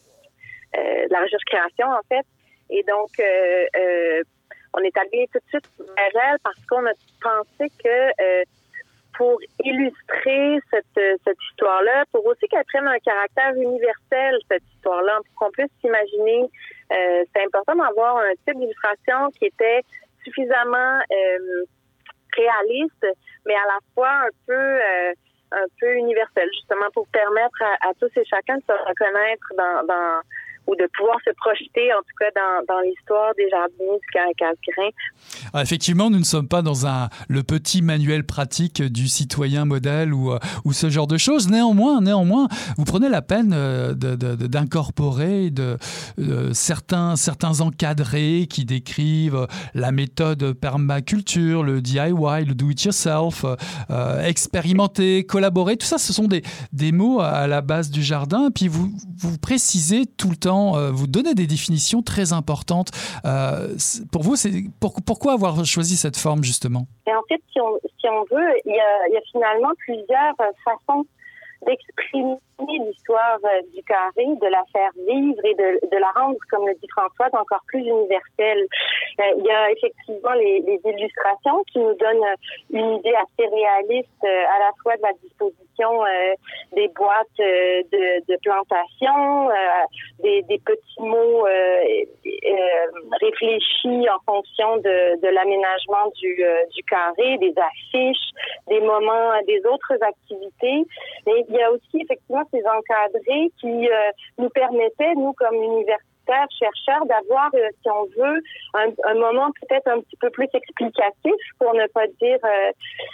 euh, de la recherche-création, en fait. Et donc, euh, euh, on est allé tout de suite vers elle parce qu'on a pensé que euh, pour illustrer cette, cette histoire-là, pour aussi qu'elle prenne un caractère universel, cette histoire-là, pour qu'on puisse s'imaginer, euh, c'est important d'avoir un type d'illustration qui était suffisamment euh, réaliste, mais à la fois un peu euh, un peu universel, justement pour permettre à, à tous et chacun de se reconnaître dans, dans ou de pouvoir se projeter, en tout cas, dans, dans l'histoire des jardiniers du Carré Casgrain. Ah, effectivement, nous ne sommes pas dans un, le petit manuel pratique du citoyen modèle ou, ou ce genre de choses. Néanmoins, néanmoins, vous prenez la peine de, de, de, d'incorporer de, de, certains, certains encadrés qui décrivent la méthode permaculture, le D I Y, le do-it-yourself, euh, expérimenter, collaborer. Tout ça, ce sont des, des mots à la base du jardin. Puis vous, vous précisez tout le temps, euh, vous donnez des définitions très importantes. Euh, pour vous, c'est, pour, pourquoi avoir choisi cette forme, justement? Et en fait, si on, si on veut, il y a, il y a finalement plusieurs façons d'exprimer l'histoire du Carré, de la faire vivre et de, de la rendre, comme le dit Françoise, encore plus universelle. Euh, il y a effectivement les, les illustrations qui nous donnent une idée assez réaliste euh, à la fois de la disposition euh, des boîtes euh, de, de plantation, euh, des, des petits mots euh, euh, réfléchis en fonction de, de l'aménagement du, euh, du Carré, des affiches, des moments, des autres activités. Et il y a aussi effectivement ces encadrés qui euh, nous permettaient, nous comme universitaires, chercheurs, d'avoir, euh, si on veut, un, un moment peut-être un petit peu plus explicatif, pour ne pas dire, euh,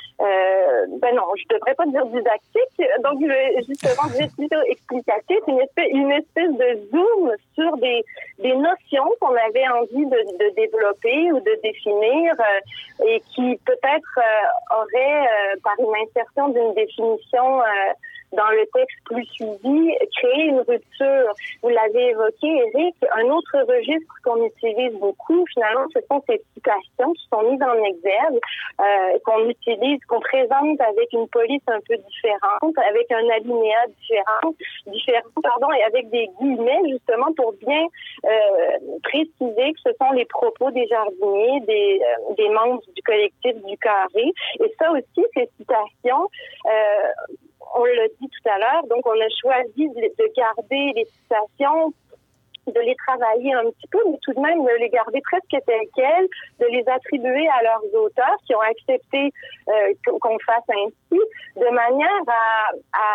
euh, ben non, je devrais pas dire didactique, donc je vais justement dire plutôt explicatif, une espèce, une espèce de zoom sur des, des notions qu'on avait envie de, de développer ou de définir euh, et qui peut-être euh, auraient, euh, par une insertion d'une définition euh, dans le texte plus suivi, créer une rupture. Vous l'avez évoqué, Éric, un autre registre qu'on utilise beaucoup, finalement, ce sont ces citations qui sont mises en exergue, euh, qu'on utilise, qu'on présente avec une police un peu différente, avec un alinéa différent, différent, pardon, et avec des guillemets, justement, pour bien euh, préciser que ce sont les propos des jardiniers, des, euh, des membres du collectif du Carré. Et ça aussi, ces citations, euh, on l'a dit tout à l'heure, donc on a choisi de garder les citations, de les travailler un petit peu, mais tout de même de les garder presque telles quelles, de les attribuer à leurs auteurs qui ont accepté euh, qu'on fasse ainsi, de manière à,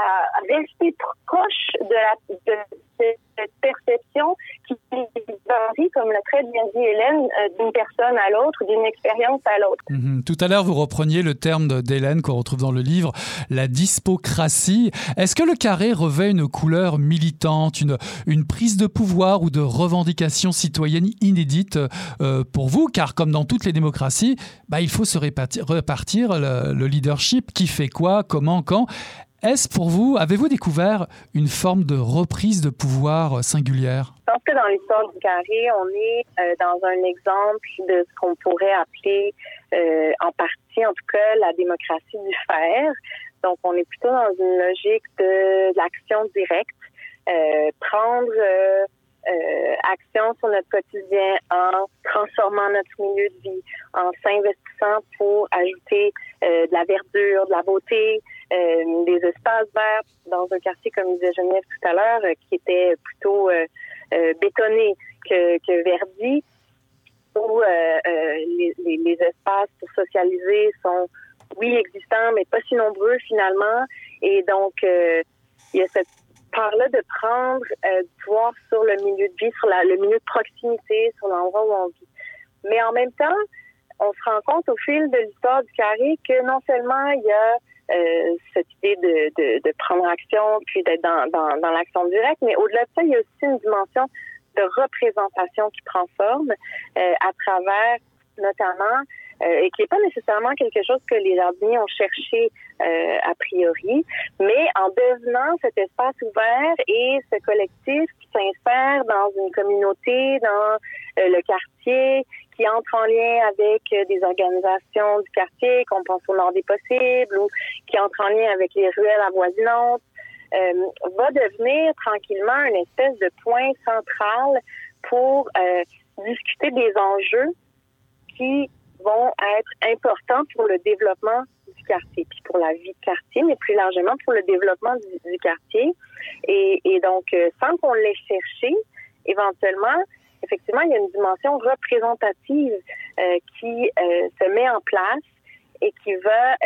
à rester proche de la de cette perception qui varie, comme l'a très bien dit Hélène, euh, d'une personne à l'autre, d'une expérience à l'autre. Mmh. Tout à l'heure, vous repreniez le terme d'Hélène qu'on retrouve dans le livre, la dispocratie. Est-ce que le Carré revêt une couleur militante, une, une prise de pouvoir ou de revendication citoyenne inédite euh, pour vous? Car comme dans toutes les démocraties, bah, il faut se répartir, repartir le, le leadership, qui fait quoi, comment, quand. Est-ce pour vous, avez-vous découvert une forme de reprise de pouvoir singulière? Je pense que dans l'histoire du Carré, on est euh, dans un exemple de ce qu'on pourrait appeler euh, en partie, en tout cas, la démocratie du faire. Donc, on est plutôt dans une logique de l'action directe, euh, prendre euh, euh, action sur notre quotidien en transformant notre milieu de vie, en s'investissant pour ajouter euh, de la verdure, de la beauté, Euh, des espaces verts dans un quartier, comme disait Geneviève tout à l'heure, euh, qui était plutôt euh, euh, bétonné que, que verdi, où euh, euh, les, les, les espaces pour socialiser sont, oui, existants, mais pas si nombreux finalement. Et donc, euh, il y a cette part-là de prendre euh, du pouvoir sur le milieu de vie, sur la, le milieu de proximité, sur l'endroit où on vit. Mais en même temps, on se rend compte au fil de l'histoire du Carré que non seulement il y a Euh, cette idée de, de, de prendre action puis d'être dans, dans, dans l'action directe, mais au-delà de ça, il y a aussi une dimension de représentation qui prend forme euh, à travers notamment euh, et qui n'est pas nécessairement quelque chose que les jardiniers ont cherché euh, a priori, mais en devenant cet espace ouvert et ce collectif qui s'insère dans une communauté, dans euh, le quartier, qui entre en lien avec des organisations du quartier, qu'on pense au Nord des possibles, ou qui entre en lien avec les ruelles avoisinantes, euh, va devenir tranquillement une espèce de point central pour euh, discuter des enjeux qui vont être importants pour le développement du quartier, puis pour la vie de quartier, mais plus largement pour le développement du, du quartier. Et, et donc, euh, sans qu'on l'ait cherché, éventuellement, effectivement, il y a une dimension représentative euh, qui euh, se met en place et qui va euh,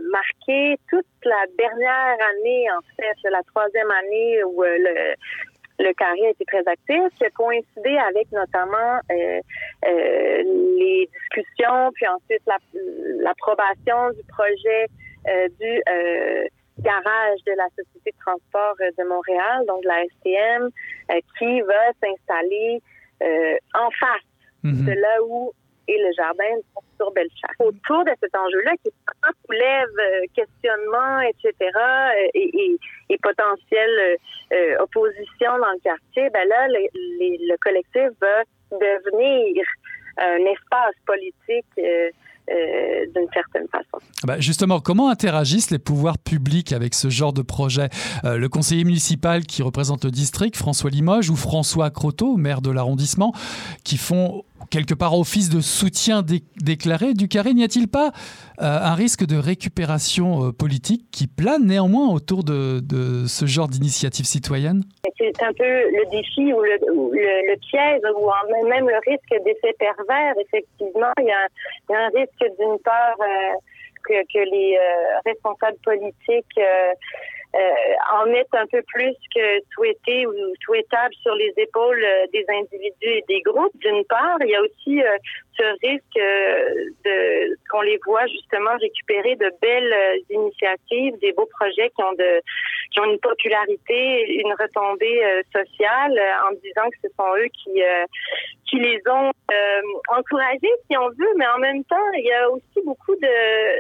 marquer toute la dernière année, en fait, la troisième année où euh, le, le carré a été très actif, qui a coïncidé avec notamment euh, euh, les discussions, puis ensuite la, l'approbation du projet euh, du euh, garage de la Société de transport de Montréal, donc la S T M, euh, qui va s'installer euh, en face mmh. de là où est le jardin sur Bellechasse. Autour de cet enjeu-là, qui soulève euh, questionnement, et cetera, euh, et, et, et potentielle euh, opposition dans le quartier, ben là, le, les, le collectif va devenir un espace politique euh, Euh, d'une certaine façon. Bah justement, comment interagissent les pouvoirs publics avec ce genre de projet ? euh, Le conseiller municipal qui représente le district, François Limoges, ou François Croteau, maire de l'arrondissement, qui font quelque part office de soutien dé- déclaré du carré. N'y a-t-il pas euh, un risque de récupération euh, politique qui plane néanmoins autour de, de ce genre d'initiative citoyenne ? C'est un peu le défi ou le, ou le, le piège ou même le risque d'effet pervers. Effectivement, il y a, il y a un risque d'une part euh, que, que les euh, responsables politiques euh, euh, en mettent un peu plus que souhaité ou souhaitable sur les épaules euh, des individus et des groupes. D'une part, il y a aussi euh, ce risque euh, de qu'on les voit justement récupérer de belles euh, initiatives, des beaux projets qui ont de qui ont une popularité, une retombée euh, sociale, euh, en disant que ce sont eux qui euh, qui les ont euh, encouragés, si on veut, mais en même temps, il y a aussi beaucoup de,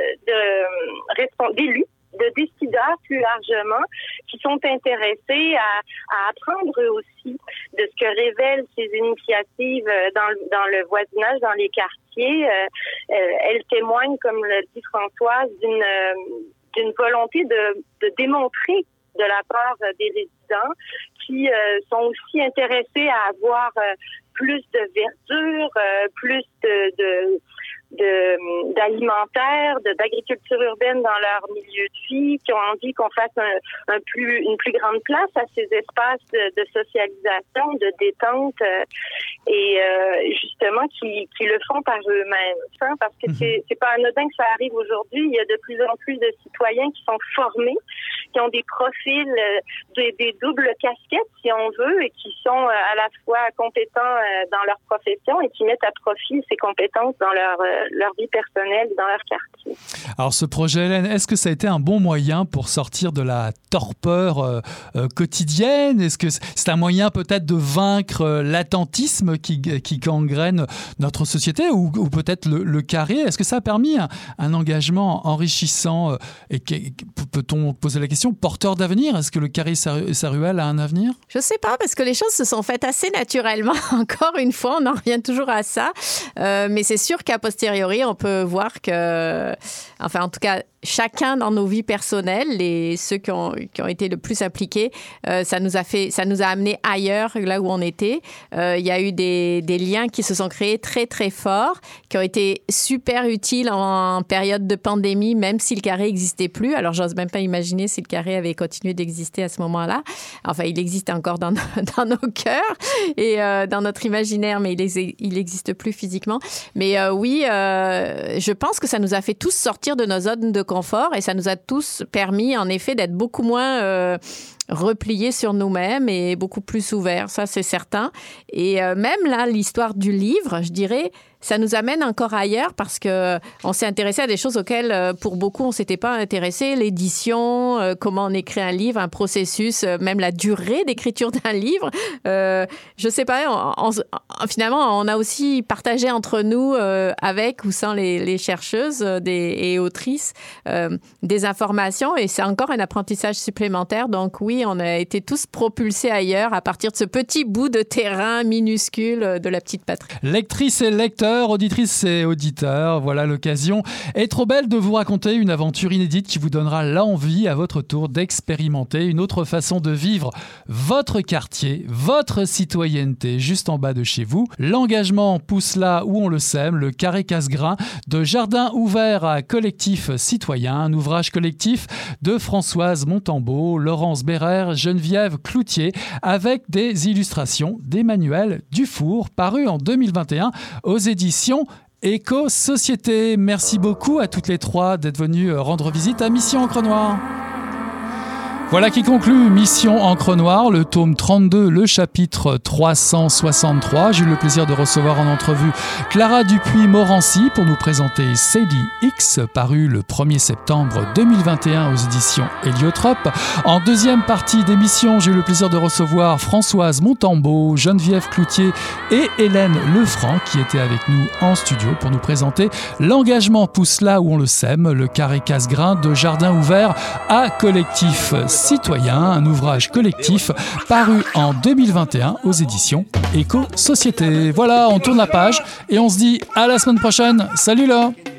de d'élus, de décideurs plus largement, qui sont intéressés à, à apprendre eux aussi de ce que révèlent ces initiatives dans, dans le voisinage, dans les quartiers. Euh, euh, elles témoignent, comme le dit Françoise, d'une, d'une volonté de, de démontrer de la part des résidents qui euh, sont aussi intéressés à avoir euh, plus de verdure, euh, plus de, de, de d'alimentaire, de, d'agriculture urbaine dans leur milieu de vie, qui ont envie qu'on fasse un, un plus, une plus grande place à ces espaces de, de socialisation, de détente, euh, et euh, justement qui, qui le font par eux-mêmes. Hein, parce que c'est, c'est pas anodin que ça arrive aujourd'hui. Il y a de plus en plus de citoyens qui sont formés, qui ont des profils, euh, des, des doubles casquettes, si on veut, et qui sont euh, à la fois compétents euh, dans leur profession et qui mettent à profit ces compétences dans leur, euh, leur vie personnelle, dans leur quartier. Alors ce projet, Hélène, est-ce que ça a été un bon moyen pour sortir de la torpeur euh, euh, quotidienne ? Est-ce que c'est un moyen peut-être de vaincre euh, l'attentisme qui, qui gangrène notre société, ou, ou peut-être le, le carré ? Est-ce que ça a permis un, un engagement enrichissant euh, et que, peut-on poser la question, porteur d'avenir ? Est-ce que le carré Saruel a un avenir ? Je ne sais pas, parce que les choses se sont faites assez naturellement. Encore une fois, on en revient toujours à ça. Euh, mais c'est sûr qu'à posteriori, on peut voir que, enfin en tout cas, chacun dans nos vies personnelles, les, ceux qui ont, qui ont été le plus impliqués, euh, ça nous a fait, ça nous a amené ailleurs, là où on était. Euh, il y a eu des, des liens qui se sont créés très, très forts, qui ont été super utiles en, en période de pandémie, même si le carré n'existait plus. Alors, j'ose même pas imaginer si le carré avait continué d'exister à ce moment-là. Enfin, il existe encore dans, dans nos cœurs et euh, dans notre imaginaire, mais il n'existe plus physiquement. Mais euh, oui, euh, je pense que ça nous a fait tous sortir de nos zones de confort et ça nous a tous permis, en effet, d'être beaucoup moins euh, repliés sur nous-mêmes et beaucoup plus ouverts, ça c'est certain. Et euh, même là, l'histoire du livre, je dirais, ça nous amène encore ailleurs parce qu'on s'est intéressé à des choses auxquelles, pour beaucoup, on ne s'était pas intéressé. L'édition, euh, comment on écrit un livre, un processus, euh, même la durée d'écriture d'un livre. Euh, je ne sais pas, on, on, finalement, on a aussi partagé entre nous, euh, avec ou sans les, les chercheuses des, et autrices, euh, des informations et c'est encore un apprentissage supplémentaire. Donc oui, on a été tous propulsés ailleurs à partir de ce petit bout de terrain minuscule de la petite patrie. Lectrice et lecteur, auditrices et auditeurs, voilà, l'occasion est trop belle de vous raconter une aventure inédite qui vous donnera l'envie à votre tour d'expérimenter une autre façon de vivre votre quartier, votre citoyenneté juste en bas de chez vous. L'engagement pousse là où on le sème, le carré casse-grain de Jardin ouvert à collectif citoyen, un ouvrage collectif de Françoise Montambeau, Laurence Bérère, Geneviève Cloutier, avec des illustrations d'Emmanuel Dufour, paru en deux mille vingt et un aux éditions Éco-Société. Merci beaucoup à toutes les trois d'être venues rendre visite à Mission Encre Noire. Voilà qui conclut Mission Encre Noire, le tome trente-deux, le chapitre trois cent soixante-trois. J'ai eu le plaisir de recevoir en entrevue Clara Dupuis-Morancy pour nous présenter Sadie X, paru le premier septembre deux mille vingt et un aux éditions Héliotrope. En deuxième partie d'émission, j'ai eu le plaisir de recevoir Françoise Montambeau, Geneviève Cloutier et Hélène Lefranc qui étaient avec nous en studio pour nous présenter L'engagement pousse là où on le sème, le carré casse-grain de Jardin ouvert à collectif citoyen, un ouvrage collectif paru en deux mille vingt et un aux éditions Éco-Société. Voilà, on tourne la page et on se dit à la semaine prochaine. Salut là!